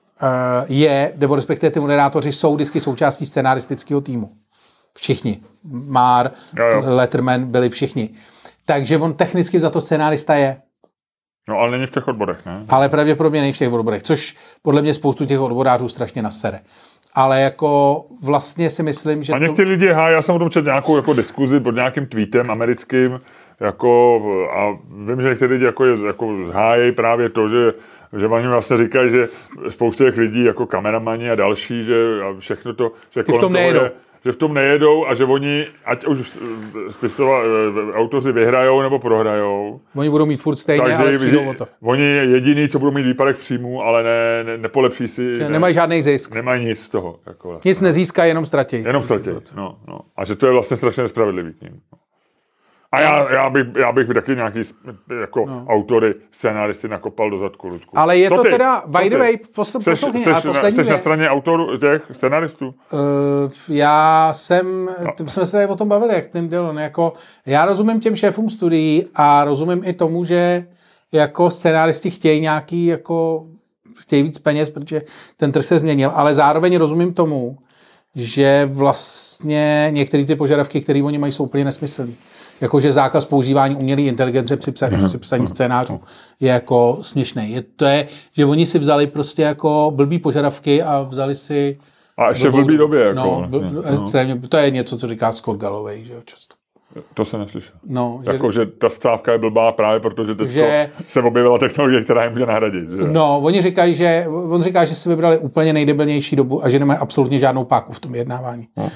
je, nebo respektive ty moderátoři jsou vždycky součástí scenaristického týmu. Všichni. Már, jo, jo. Letterman byli všichni. Takže on technicky za to scenárista je. No, ale není v těch odborech, ne? Ale pravděpodobně není v těch odborech, což podle mě spoustu těch odborářů strašně nasere. Ale jako vlastně si myslím, že... A někteří to... lidi hájí, já jsem o tom četl nějakou jako diskuzi pod nějakým tweetem americkým, jako, a vím, že někteří lidi jako, jako hájí právě to, že, že oni vlastně říkají, že spoustu těch lidí, jako kameramani a další, že a všechno to... Že v tom nejedou. Je, že v tom nejedou a že oni, ať už spisova, autoři vyhrajou nebo prohrajou. Oni budou mít furt stejně, takže ale přijdou o to. Oni jediný, co budou mít výpadek příjmů, ale ne, ne, nepolepší si. Ne, nemají žádný zisk. Nemají nic z toho. Jako vlastně. Nic nezískají, jenom ztratí. Jenom ztratí, no, no. A že to je vlastně strašně nespravedlivý k ním. A já, já, bych, já bych taky nějaký jako no. autory, scénáristy nakopal do zadku, Ludku. Ale je co to ty? Teda, by the way, poslední Jsi na straně autorů těch scénaristů? Uh, já jsem, no. jsme se tady o tom bavili, jak ten dělal. Jako, já rozumím těm šéfům studií a rozumím i tomu, že jako scénáristi chtějí nějaký, jako, chtějí víc peněz, protože ten trh se změnil, ale zároveň rozumím tomu, že vlastně některé ty požadavky, které oni mají, jsou úplně nesmyslné. Jakože zákaz používání umělé inteligence při psaní, při psaní scénářů je jako směšný. Je to je, že oni si vzali prostě jako blbý požadavky a vzali si... A ještě blbý, v blbý době. Jako, no, bl, no. Extrémně, to je něco, co říká Scott Galloway, že jo, často. To se neslyšel. No, jako, že, že ta stávka je blbá právě protože teď že, se objevila technologie, která jim může nahradit. Že? No, oni říkají, že on říká, že si vybrali úplně nejdebilnější dobu a že nemají absolutně žádnou páku v tom jednávání. No.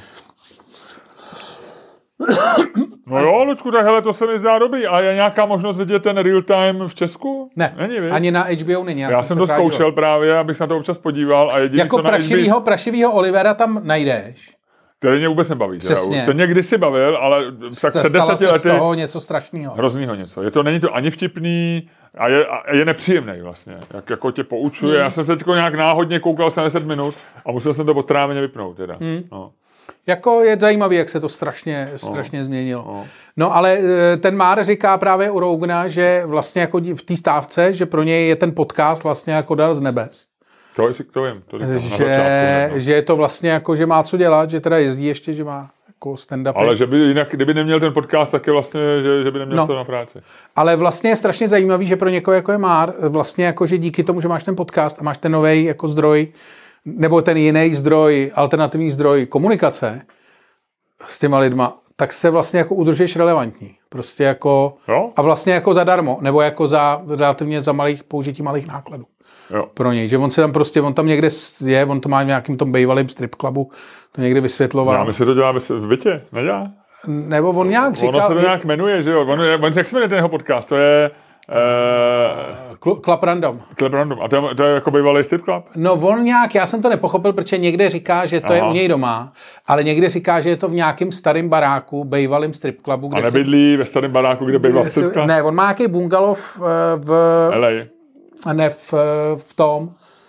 No jo, Luďku, tak hele, to se mi zdá dobrý. A je nějaká možnost vidět ten real time v Česku? Ne, není, ani na H B O není. Já, já jsem, jsem to zkoušel díval. Právě, abych se na to občas podíval. A jediný, jako prašivýho, H B O... prašivýho Olivera tam najdeš. Který mě vůbec nebaví. Přesně. To někdy si bavil, ale tak před deseti lety... z toho něco strašného. Hroznýho něco. Je to, není to ani vtipný a je, a je nepříjemný vlastně. Jak jako tě poučuje. Hmm. Já jsem se teď nějak náhodně koukal jsem deset minut a musel jsem to potráveně vypnout teda. Hmm. No. Jako je zajímavý, jak se to strašně, strašně no. změnilo. No. no ale ten Már říká právě u Rogana, že vlastně jako v té stávce, že pro něj je ten podcast vlastně jako dar z nebes. To, to vím, to říkám, že, na začátku, že je to vlastně jako, že má co dělat, že teda jezdí ještě, že má jako stand-up. Ale že by jinak, kdyby neměl ten podcast, tak je vlastně, že, že by neměl no. co na práci. Ale vlastně je strašně zajímavý, že pro někoho jako je Már, vlastně jako, že díky tomu, že máš ten podcast a máš ten novej jako zdroj, nebo ten jiný zdroj, alternativní zdroj komunikace s těma lidma, tak se vlastně jako udržíš relevantní. Prostě jako jo? A vlastně jako zadarmo, nebo jako za relativně za malých použití malých nákladů. Jo. Pro něj, že on se tam prostě, on tam někde je, on to má v nějakým tom bývalým strip clubu, to někdy vysvětloval. Já myslím, že to dělá v bytě, nedělá? Nebo on nějak říkal... Ono se to nějak jmenuje, že jo? On, on, jak se jmenuje ten jeho podcast? To je... Uh, Club Random. Club Random. A to je, to je jako bývalý strip club? No on nějak, já jsem to nepochopil, protože někde říká, že to Aha. je u něj doma, ale někde říká, že je to v nějakém starém baráku, bývalém strip clubu. Kde a nebydlí si... ve starém baráku, kde býval strip club? Ne, on má nějaký bungalov v... L A. Ne, v, v tom...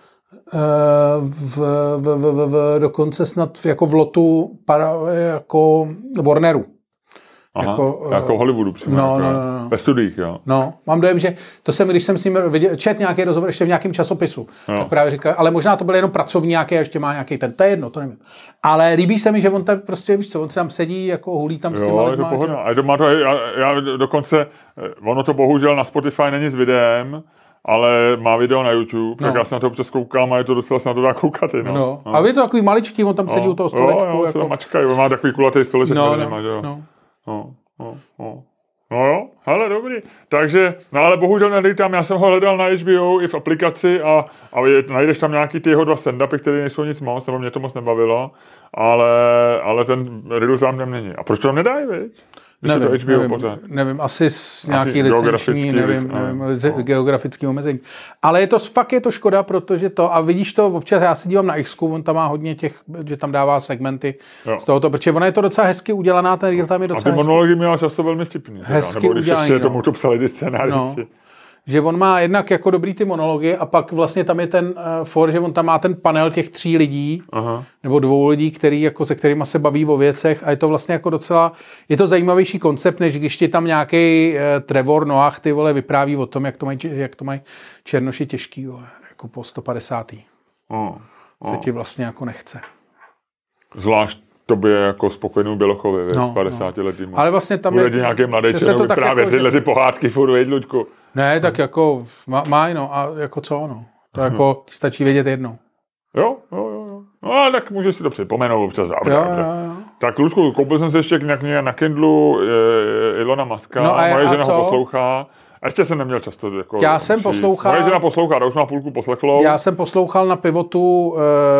V, v, v, v, v, dokonce snad jako v lotu para, jako Warneru. Aha, jako, jako Hollywoodu přímo. No, no, no, no. Ve studiích, jo. No, mám dojem, že to jsem, když jsem s ním viděl, čet nějaký rozhovor ještě v nějakém časopisu, no. tak právě říkal, ale možná to byl jenom pracovní nějaký, a ještě má nějaký ten, to je jedno, to nevím. Ale líbí se mi, že on tam prostě, víš co, on se tam sedí, jako hulí tam s těma lidma. lidma. Jo, je to pohodná. A to má to, já, já dokonce, ono to bohužel na Spotify není s videem, ale má video na YouTube, no. tak já se na to občas koukám a je to docela se na to dá koukat. No. No. No. A je to takový maličký, on tam sedí no. u toho stolečku. Jo, jo, jako... se tam mačkají, on má takový kulatý stoleček. No, no, no, no. No, no, no. No jo, hele, dobrý. Takže, no ale bohužel nedej tam, já jsem ho hledal na H B O i v aplikaci a, a najdeš tam nějaký ty jeho dva stand-upy, které nejsou nic moc, nebo mě to moc nebavilo, ale, ale ten Riddle tam není. A proč to tam nedají, viď? Nevím, nevím, nevím, asi s nějaký licenční, nevím, nevím, no. geografický omezení. Ale je to, fakt je to škoda, protože to, a vidíš to, občas já se dívám na X-ku, on tam má hodně těch, že tam dává segmenty jo. z tohoto, protože ona je to docela hezky udělaná, ten reel tam je docela hezky. A ty monology měla často velmi vtipný. Hezky nebo když udělaný, ještě tomu to psali ty scénáři. No. Že on má jednak jako dobrý ty monology a pak vlastně tam je ten uh, for, že on tam má ten panel těch tří lidí, Aha. nebo dvou lidí, který, jako, se kterýma se baví o věcech a je to vlastně jako docela, je to zajímavější koncept, než když ti tam nějaký uh, Trevor Noah, ty vole, vypráví o tom, jak to mají, jak to mají černoši těžký, vole, jako po sto padesátý Oh, oh. Se ti vlastně jako nechce. Zvlášť tobě jako spokojenou Bělochovi, no, padesátiletýmu. No. Ale vlastně tam je... nějaký mladý člověk právě tyhle ty pohádky furt, veď, Luďku. Ne, tak jako má, má no, a jako co, no. To hmm. jako stačí vědět jednou. Jo, jo, jo. No ale tak můžeš si to připomenout občas. Jo, jo, jo. Tak, Luďku, koupil jsem se ještě nějak na Kindlu e, Ilona Muska, no a moje žena ho poslouchá. A ještě jsem neměl často jako... Já jsem číst. poslouchal... Moje žena poslouchá, už má půlku poslechlo. Já jsem poslouchal na Pivotu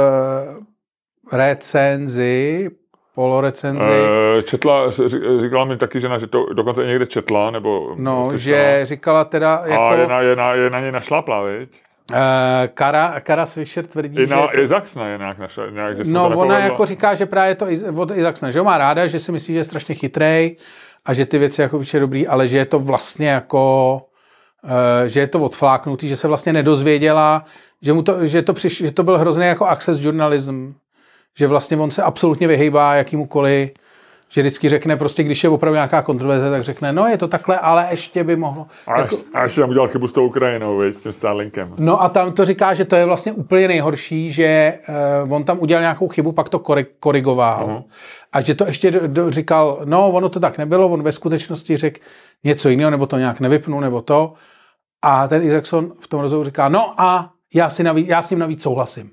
e, recenzi, polorecenzi. E, četla, říkala mi taky, že, na, že to dokonce někde četla, nebo... No, že říkala teda jako... A je na, je na, je na něj našláplá, viď? E, Kara, Kara Swisher tvrdí, I na že... Izaksna je nějak našla. Nějak, že no, ona povedla. Jako říká, že právě je to od Izaksna, že ho má ráda, že si myslí, že je strašně chytrej a že ty věci jako je dobrý, ale že je to vlastně jako... E, že je to odfláknutý, že se vlastně nedozvěděla, že, mu to, že, to, přiš, že to byl hrozný jako access journalism. Že vlastně on se absolutně vyhejbá jakýmukoliv, že vždycky řekne prostě, když je opravdu nějaká kontroverze, tak řekne, no je to takhle, ale ještě by mohlo. A jako... ještě tam udělal chybu s tou Ukrajinou, víc, s tím Starlinkem. No a tam to říká, že to je vlastně úplně nejhorší, že uh, on tam udělal nějakou chybu, pak to korigoval. Uh-huh. A že to ještě do, do, říkal, no ono to tak nebylo, on ve skutečnosti řekl něco jiného, nebo to nějak nevypnul, nebo to. A ten Isaacson v tom rozhovoru říká, no a já, si navíc, já s ním navíc souhlasím.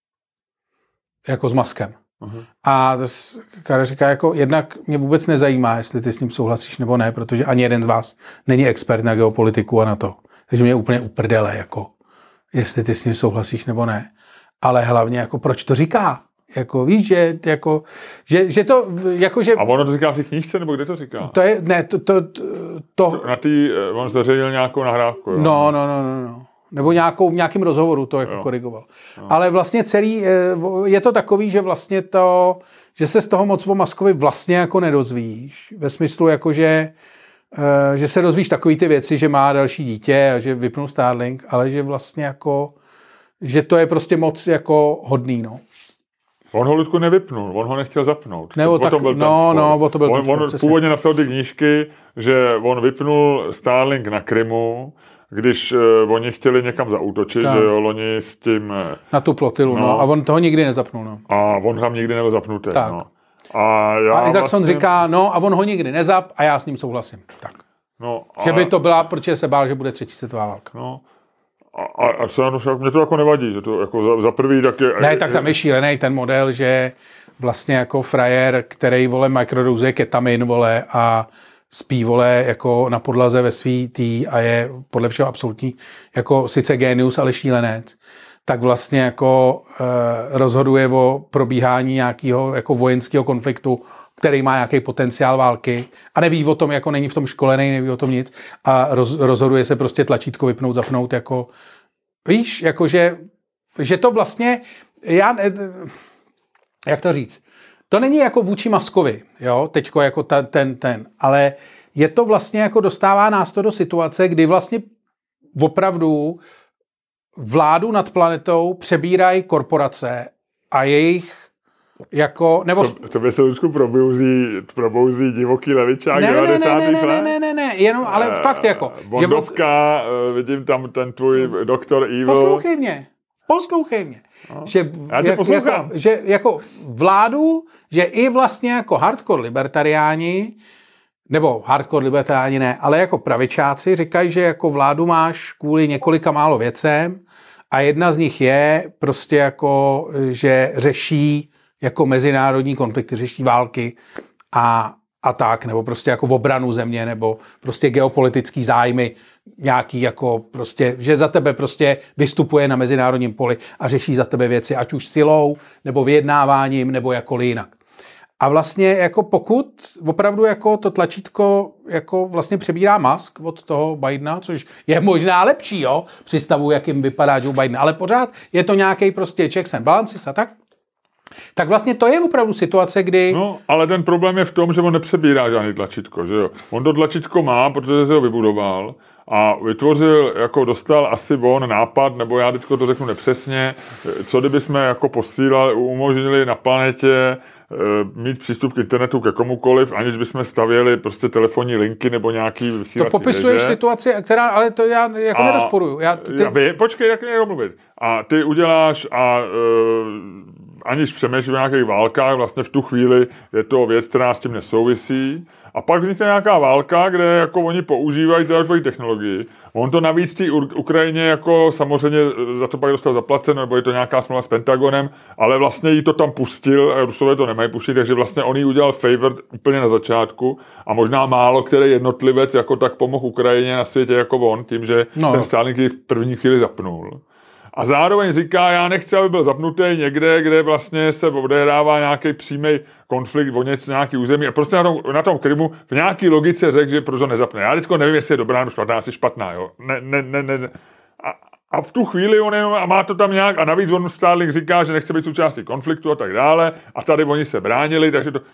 Jako s Muskem. Uh-huh. A Kara říká, jako jednak mě vůbec nezajímá, jestli ty s ním souhlasíš nebo ne, protože ani jeden z vás není expert na geopolitiku a na to. Takže mě úplně uprdele, jako, jestli ty s ním souhlasíš nebo ne. Ale hlavně, jako, proč to říká? Jako, víš, že, jako, že, že to, jako, že... A ono to říká v té knížce, nebo kde to říká? To je, ne, to, to, to... to na tý, on zveřejnil nějakou nahrávku, jo? No, no, no, no, no. Nebo nějakou, v nějakém rozhovoru to jako jo. korigoval. Jo. Ale vlastně celý, je to takový, že vlastně to, že se z toho moc o Muskovi vlastně jako nedozvíš. Ve smyslu jako, že, že se dozvíš takový ty věci, že má další dítě a že vypnul Starlink, ale že vlastně jako, že to je prostě moc jako hodný, no. On ho, Ludku, nevypnul, on ho nechtěl zapnout. Nebo tak, byl no, no, o to byl on, on původně napsal ty knížky, že on vypnul Starlink na Krymu, když uh, oni chtěli někam zaútočit, tak. Že jo, loni s tím... Na tu plotilu, no. no. A on toho nikdy nezapnul, no. A on tam nikdy nebyl zapnutý, tak. no. A, já a Isaacson vlastně... říká, no a on ho nikdy nezap a já s ním souhlasím. Tak. No, ale... Že by to byla, protože se bál, že bude třetí světová válka. No. A, a, a co, no, mě to jako nevadí, že to jako za, za prvý tak je... Ne, tak tam je šílený ten model, že vlastně jako frajer, který, vole, microdozuje ketamin, vole, a spí, vole, jako na podlaze ve svý tý a je podle všeho absolutní, jako sice genius, ale šílenec, tak vlastně jako e, rozhoduje o probíhání nějakého jako vojenského konfliktu který má nějaký potenciál války a neví o tom, jako není v tom školený, neví o tom nic a roz, rozhoduje se prostě tlačítko vypnout, zapnout, jako víš, jakože že to vlastně, já, jak to říct, to není jako vůči Muskovi, jo, teďko jako ta, ten, ten, ale je to vlastně jako dostává nás to do situace, kdy vlastně opravdu vládu nad planetou přebírají korporace a jejich jako, nebo... To, to by se Lučku probouzí, probouzí divoký levičák ne, devadesátých ne, ne, let? Ne, ne, ne, ne, jenom, ale uh, fakt jako... Bondovka, že... vidím tam ten tvůj doktor Evil. Poslouchej mě, poslouchej mě. No, že, já tě jak, poslouchám. Jako, že jako vládu, že i vlastně jako hardcore libertariáni, nebo hardcore libertariáni ne, ale jako pravičáci říkají, že jako vládu máš kvůli několika málo věcem a jedna z nich je prostě jako, že řeší jako mezinárodní konflikty, řeší války a, a tak, nebo prostě jako v obranu země, nebo prostě geopolitický zájmy nějaký jako prostě, že za tebe prostě vystupuje na mezinárodním poli a řeší za tebe věci, ať už silou, nebo vyjednáváním, nebo jakkoliv jinak. A vlastně jako pokud opravdu jako to tlačítko jako vlastně přebírá Musk od toho Bidena, což je možná lepší, jo, představu, jakým vypadá Joe Biden, ale pořád je to nějaký prostě checks and balances a tak, tak vlastně to je opravdu situace, kdy... No, ale ten problém je v tom, že on nepřebírá žádný tlačítko, že jo. On to tlačítko má, protože se ho vybudoval a vytvořil, jako dostal asi on nápad, nebo já teďko to řeknu nepřesně, co kdyby jsme jako posílali, umožnili na planetě mít přístup k internetu ke komukoliv, aniž bychom stavěli prostě telefonní linky nebo nějaký vysílací To popisuješ věže. situaci, která, ale to já jako a, nerozporuju. Já, ty... já vy, počkej, jak mě mluvit. A ty uděláš a uh, aniž přemýšlíš o nějakých válkách, vlastně v tu chvíli je to věc, která s tím nesouvisí. A pak vznikne nějaká válka, kde jako oni používají teda tvoji technologii. On to navíc té Ukrajině jako samozřejmě za to pak dostal zaplaceno, nebo je to nějaká smlouva s Pentagonem, ale vlastně jí to tam pustil a Rusové to nemají pustit, takže vlastně on jí udělal favor úplně na začátku a možná málo který jednotlivec jako tak pomohl Ukrajině na světě jako on, tím, že no. ten Starlink ji v první chvíli zapnul. A zároveň říká, já nechci, aby byl zapnutý někde, kde vlastně se odehrává nějaký přímý konflikt o něco, nějaký území. A prostě na tom, na tom Krymu v nějaký logice řekl, že proč to nezapne. Já teďko nevím, jestli je dobrá nebo špatná, asi špatná, jo. Ne, ne, ne, ne. A, a v tu chvíli on jenom, a má to tam nějak, a navíc on Starlink říká, že nechce být součástí konfliktu a tak dále. A tady oni se bránili, takže to...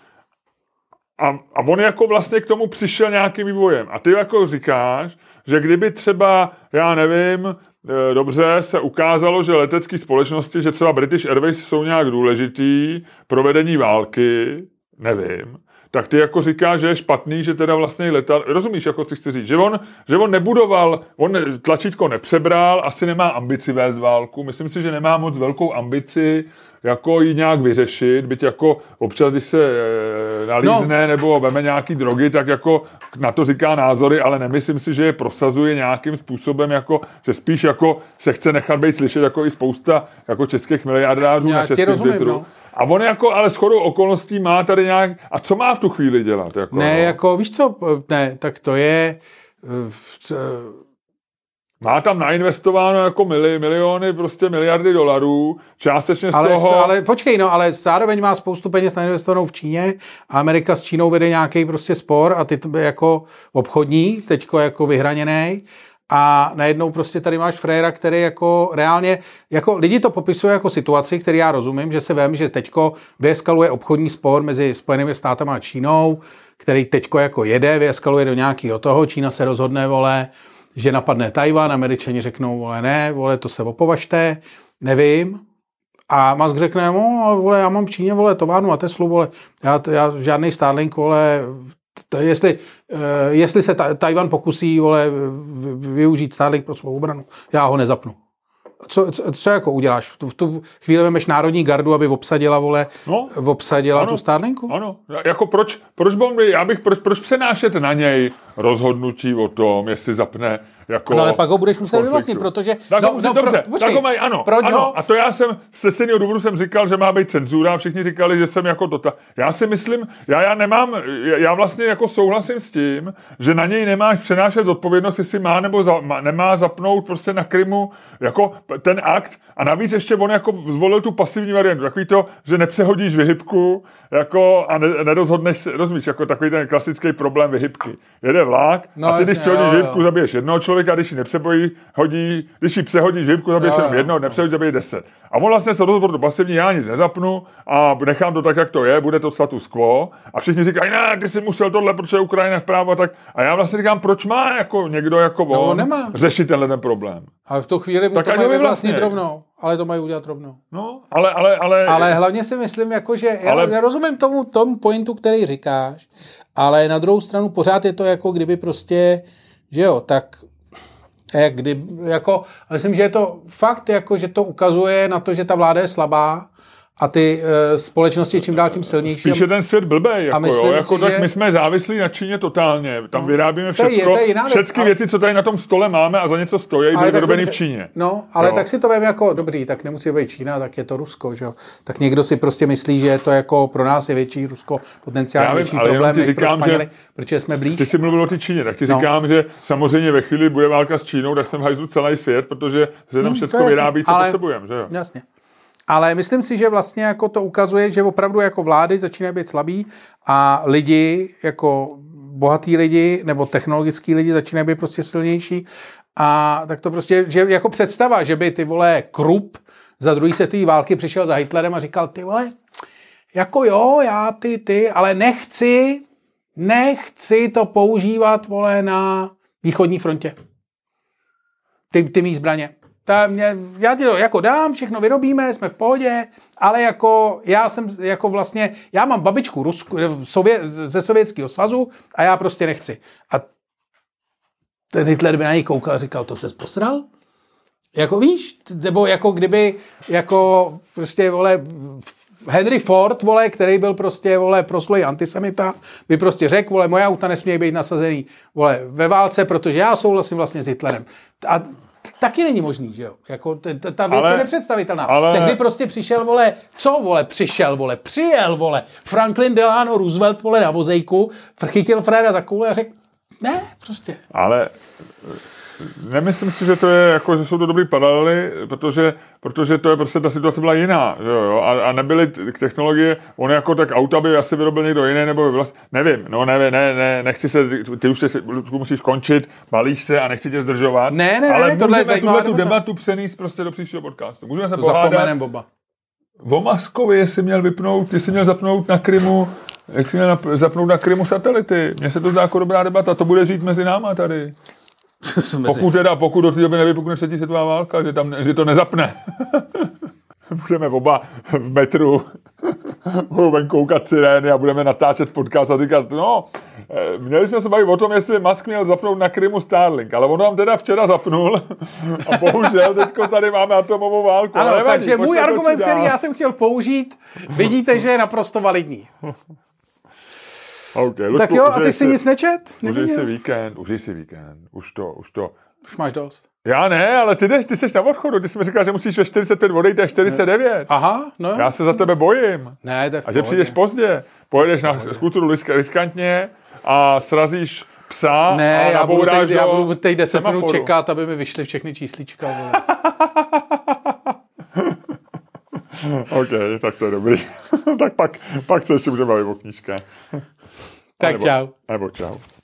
A, a on jako vlastně k tomu přišel nějakým vývojem. A ty jako říkáš, že kdyby třeba, já nevím, dobře se ukázalo, že letecké společnosti, že třeba British Airways jsou nějak důležitý pro vedení války, nevím, tak ty jako říkáš, že je špatný, že teda vlastně letal, rozumíš, jako co chci říct, že on, že on nebudoval, on tlačítko nepřebral, asi nemá ambici vést válku, myslím si, že nemá moc velkou ambici jako ji nějak vyřešit, byť jako občas, když se e, nalízne no. nebo veme nějaký drogy, tak jako na to říká názory, ale nemyslím si, že je prosazuje nějakým způsobem, jako, že spíš jako se chce nechat být slyšet jako i spousta jako českých miliardářů Já na českém Twitteru. No. A on jako, ale shodou okolností má tady nějak, a co má v tu chvíli dělat? Jako, ne, no? jako, víš co, ne, tak to je... Uh, Má tam nainvestováno jako mili, miliony, prostě miliardy dolarů, částečně z ale, toho... Ale počkej, no, ale zároveň má spoustu peněz nainvestovanou v Číně a Amerika s Čínou vede nějaký prostě spor a ty to jako obchodní, teďko jako vyhraněnej a najednou prostě tady máš fréra, který jako reálně, jako lidi to popisují jako situaci, který já rozumím, že se vím, že teďko vyeskaluje obchodní spor mezi Spojenými státama a Čínou, který teďko jako jede, vyeskaluje do nějakého toho, Čína se rozhodne, vole, že napadne Tajvan, Američani řeknou, vole, ne, vole, to se opovažte, nevím. A Musk řekne, no, vole, já mám v Číně, vole, továrnu a Teslu, vole, já, já žádnej Starlink, vole, to, jestli, uh, jestli se ta, Tajvan pokusí, vole, využít Starlink pro svou obranu, já ho nezapnu. Co, co, co jako uděláš? V tu, v tu chvíli vemeš národní gardu, aby obsadila, vole, no, obsadila ano, tu Starlinku? Ano, jako proč, proč bomby, já bych, proč, proč přenášet na něj rozhodnutí o tom, jestli zapne, jako... No ale pak ho budeš muset vyvlastnit, protože... Tak no, no, no, dobře, pro, tak ho mají, ano, proč ano, ho? a to já jsem, se stejného důvodu jsem říkal, že má být cenzura, všichni říkali, že jsem jako tota... Já si myslím, já, já nemám, já vlastně jako souhlasím s tím, že na něj nemáš přenášet zodpovědnost, jestli má nebo za, má, nemá zapnout prostě na Krymu jako ten akt a navíc ještě on jako zvolil tu pasivní variantu, takový to, že nepřehodíš vyhybku jako a ne, nerozhodneš, rozumíš, jako takový ten klasický problém vyhybky. Jede vlák no, a ty, když přehodíš vyhybku, zabiješ jednoho člověka, když ji nepřebojí, hodí, když ji přehodíš vyhybku, zabiješ jo, jenom jednoho, nepřehodíš, zabiješ deset. A on vlastně se rozhodl pro to pasivní, já nic nezapnu a nechám to tak, jak to je, bude to status quo. A všichni říkají, ne, ty jsi musel tohle, protože Ukrajina je vprávo a tak. A já vlastně říkám, proč má jako někdo jako on no, řešit tenhle ten problém. Ale v tu chvíli mu to mají vyvlastnit rovnou. Ale to mají udělat rovnou. No, ale, ale, ale... ale hlavně si myslím, jako, že ale... já, já rozumím tomu, tomu pointu, který říkáš, ale na druhou stranu pořád je to jako kdyby prostě, že jo, tak jak kdy, jako, myslím, že je to fakt, jako, že to ukazuje na to, že ta vláda je slabá a ty uh, společnosti čím dál tím silnější. Spíš je ten svět blbej, jako, jo, jako si, tak že... my jsme závislí na Číně totálně, tam no, vyrábíme všechno, všechny věci, co tady na tom stole máme a za něco stojí, byly vyrobený v Číně. No, ale jo. Tak si to veme jako, dobrý, tak nemusí být Čína, tak je to Rusko, že jo. Tak někdo si prostě myslí, že to jako pro nás je větší Rusko, potenciálně větší problém, než pro Španěly, protože jsme blíž. Ty jsi mluvil o ty Číně, tak ti no. říkám, že samozřejmě ve chvíli bude válka s Čínou, tak jsem hajzlu celý svět, protože se tam všechno vyrábí, co potřebujeme, že jo. Jasně. Ale myslím si, že vlastně jako to ukazuje, že opravdu jako vlády začínají být slabí a lidi, jako bohatý lidi nebo technologický lidi začínají být prostě silnější. A tak to prostě, že jako představa, že by ty vole Krupp za druhé světové války přišel za Hitlerem a říkal, ty vole, jako jo, já ty, ty, ale nechci, nechci to používat, vole, na východní frontě. Ty, ty mý zbraně. Ta mě, já ti to jako dám, všechno vyrobíme, jsme v pohodě, ale jako já jsem jako vlastně, já mám babičku Rusku, Sově, ze Sovětského svazu a já prostě nechci. A ten Hitler by na něj koukal a říkal, to ses posral? Jako víš, nebo jako kdyby, jako prostě, vole, Henry Ford, vole, který byl prostě, vole, proslulý antisemita, by prostě řekl, vole, moje auta nesmějí být nasazený, vole, ve válce, protože já souhlasím vlastně s Hitlerem. A taky není možný, že jo? Jako t- ta věc ale, je nepředstavitelná. Ale... Tehdy prostě přišel, vole, co, vole, přišel, vole, přijel, vole, Franklin Delano Roosevelt, vole, na vozejku, chytil Freda za kouli a řekl, ne, prostě. Ale nemyslím si, že to je, jako, že jsou to dobrý paralely, protože, protože to je prostě, ta situace byla jiná, že jo? A, a nebyly t- technologie, on jako tak auta by asi vyrobil někdo jiný, nebo by vlast... nevím, no ne, ne, ne, nechci se, ty už te, musíš končit, balíš se a nechci tě zdržovat, ne, ne, ale ne, můžeme tuhle tu debatu přenést prostě do příštího podcastu. Můžeme se to pohádat Boba. O Maskovi, jestli měl vypnout, jestli měl zapnout na Krymu, jestli měl zapnout na Krymu satelity. Mně se to zdá jako dobrá debata, to bude žít mezi náma tady. Pokud teda, pokud do té doby nevypukne třetí světová válka, že, tam, že to nezapne. Budeme oba v metru, budeme koukat sirény a budeme natáčet podcast a říkat, no, měli jsme se bavit o tom, jestli Musk měl zapnout na Krymu Starlink, ale on vám teda včera zapnul a bohužel teďko tady máme atomovou válku. Ano, nevadí, takže můj argument, který já jsem chtěl použít, vidíte, že je naprosto validní. Okay, Ludku, tak jo, a ty si nic nečet? Užij si víkend, užij si víkend, už to, už to. Už máš dost. Já ne, ale ty jdeš, ty jsi na odchodu, ty jsi mi říkal, že musíš ve čtyřicet pět odejít, až čtyřicet devět. Aha, no. Já se za tebe bojím. Ne, to je v a že přijdeš pozdě, pojedeš na skuturu riskantně a srazíš psa ne, a já budu teď, do já budu teď deset minut čekat, aby mi vyšly všechny číslička. OK, tak to je dobrý. Tak pak, pak se ještě můžeme bavit o knížkách. Tak nebo, čau. Nebo čau.